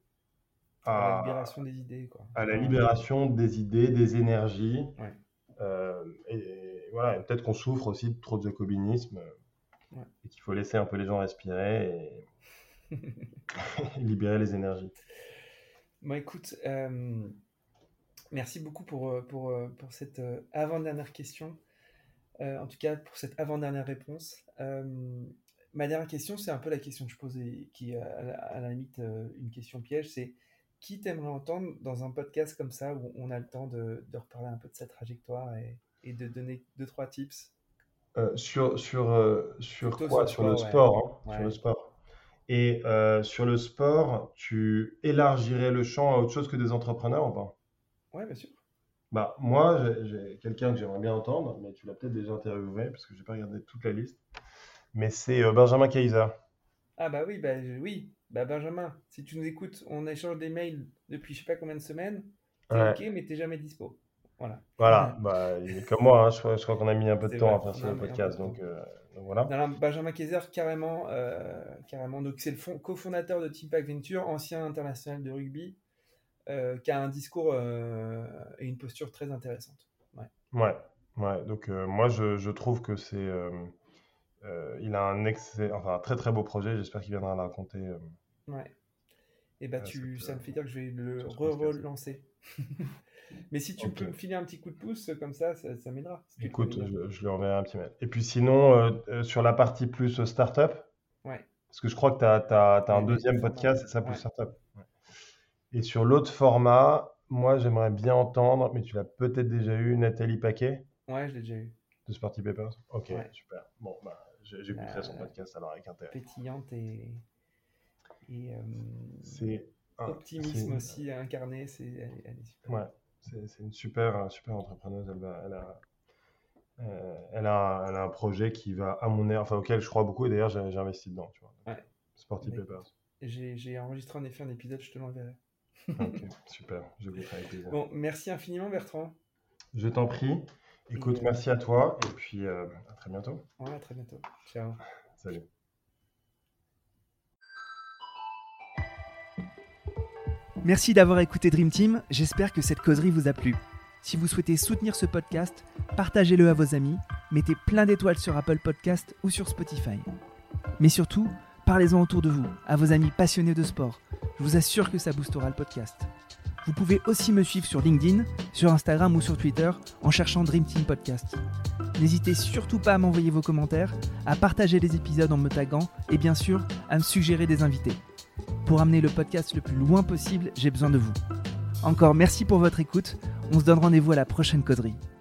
À la
à,
libération des idées, quoi.
à la
Enfin,
libération des idées, des énergies.
ouais,
Euh, et, et voilà, et peut-être qu'on souffre aussi de trop de jacobinisme euh,
ouais.
et qu'il faut laisser un peu les gens respirer et, et libérer les énergies.
Bon, écoute, euh, merci beaucoup pour, euh, pour, euh, pour cette euh, avant-dernière question. Euh, en tout cas, pour cette avant-dernière réponse. Euh, ma dernière question, c'est un peu la question que je posais, qui est à la, à la limite euh, une question piège, c'est qui t'aimerais entendre dans un podcast comme ça où on a le temps de, de reparler un peu de sa trajectoire et, et de donner deux, trois tips?
Euh, sur, sur, euh, sur
Plutôt sur
quoi?
le
Sur le
sport, ouais.
sport, hein, sur le
Ouais,
sport. Et euh, sur le sport, tu élargirais le champ à autre chose que des entrepreneurs ou pas?
ouais, bien sûr.
Bah, moi, j'ai j'ai quelqu'un que j'aimerais bien entendre, mais tu l'as peut-être déjà interviewé, parce que j'ai pas regardé toute la liste. Mais c'est euh, Benjamin Kaiser.
Ah bah oui, bah je- oui, bah Benjamin, si tu nous écoutes, on échange des mails depuis je sais pas combien de semaines, t'es
Ouais.
ok, mais t'es jamais dispo. Voilà.
Voilà, bah, il est comme moi, hein, je crois, je crois qu'on a mis un peu de
C'est
temps à
vrai,
faire
on a
ce
un, un peu de
podcast,
temps.
donc, euh, donc voilà.
Non, non, Benjamin Kaiser, carrément, euh, carrément. Donc, c'est le fond- cofondateur de Team Pack Venture, ancien international de rugby, euh, qui a un discours euh, et une posture très intéressante. Ouais.
Ouais, ouais, donc euh, moi je, je trouve que c'est. Euh, euh, il a un, excès, enfin, un très très beau projet, j'espère qu'il viendra le raconter euh,
Ouais. Et bah,
à
tu,
cette,
ça
euh,
me fait dire que je vais le
sur ce podcast.
re-relancer. Mais si tu
Ok,
peux me filer un petit coup de pouce comme ça, ça, ça m'aidera. Si tu le connais
écoute,
bien.
je, je lui enverrai un petit mail. Et puis sinon, euh, euh, sur la partie plus euh, startup,
Ouais.
parce que je crois que tu as, un
Les, les deux
deuxième
formats,
podcast,
ouais.
c'est ça, plus
Ouais.
startup. Ouais. Et sur l'autre format, moi j'aimerais bien entendre, mais tu l'as peut-être déjà eu, Nathalie Paquet
Ouais, je l'ai déjà eu.
de Sporty Papers. Ok,
Ouais.
super. Bon, bah, j'ai- j'écouterai
La,
son
la
podcast alors avec intérêt.
pétillante et, et euh,
C'est un-
optimisme
c'est-
aussi incarné, c'est, elle, est- elle est super.
ouais, c'est c'est une super, euh, super entrepreneuse. Elle, va- elle a, euh, elle a, elle a un projet qui va, à mon avis, enfin auquel je crois beaucoup et d'ailleurs j'ai j'ai investi dedans, tu vois.
Ouais.
Sporty
Bah, écoute,
Papers.
j'ai, j'ai enregistré en effet un épisode, je te l'enverrai.
Ok, super, je goûterai avec plaisir.
Bon, merci infiniment Bertrand.
Je t'en prie. Écoute,
Et, euh,
merci à toi et puis euh, à très bientôt.
Ouais, à très bientôt. Ciao.
Salut.
Merci d'avoir écouté Dream Team, j'espère que cette causerie vous a plu. Si vous souhaitez soutenir ce podcast, partagez-le à vos amis, mettez plein d'étoiles sur Apple Podcast ou sur Spotify. Mais surtout, parlez-en autour de vous, à vos amis passionnés de sport. Je vous assure que ça boostera le podcast. Vous pouvez aussi me suivre sur LinkedIn, sur Instagram ou sur Twitter en cherchant Dream Team Podcast. N'hésitez surtout pas à m'envoyer vos commentaires, à partager les épisodes en me taguant et bien sûr à me suggérer des invités. Pour amener le podcast le plus loin possible, j'ai besoin de vous. Encore merci pour votre écoute, on se donne rendez-vous à la prochaine causerie.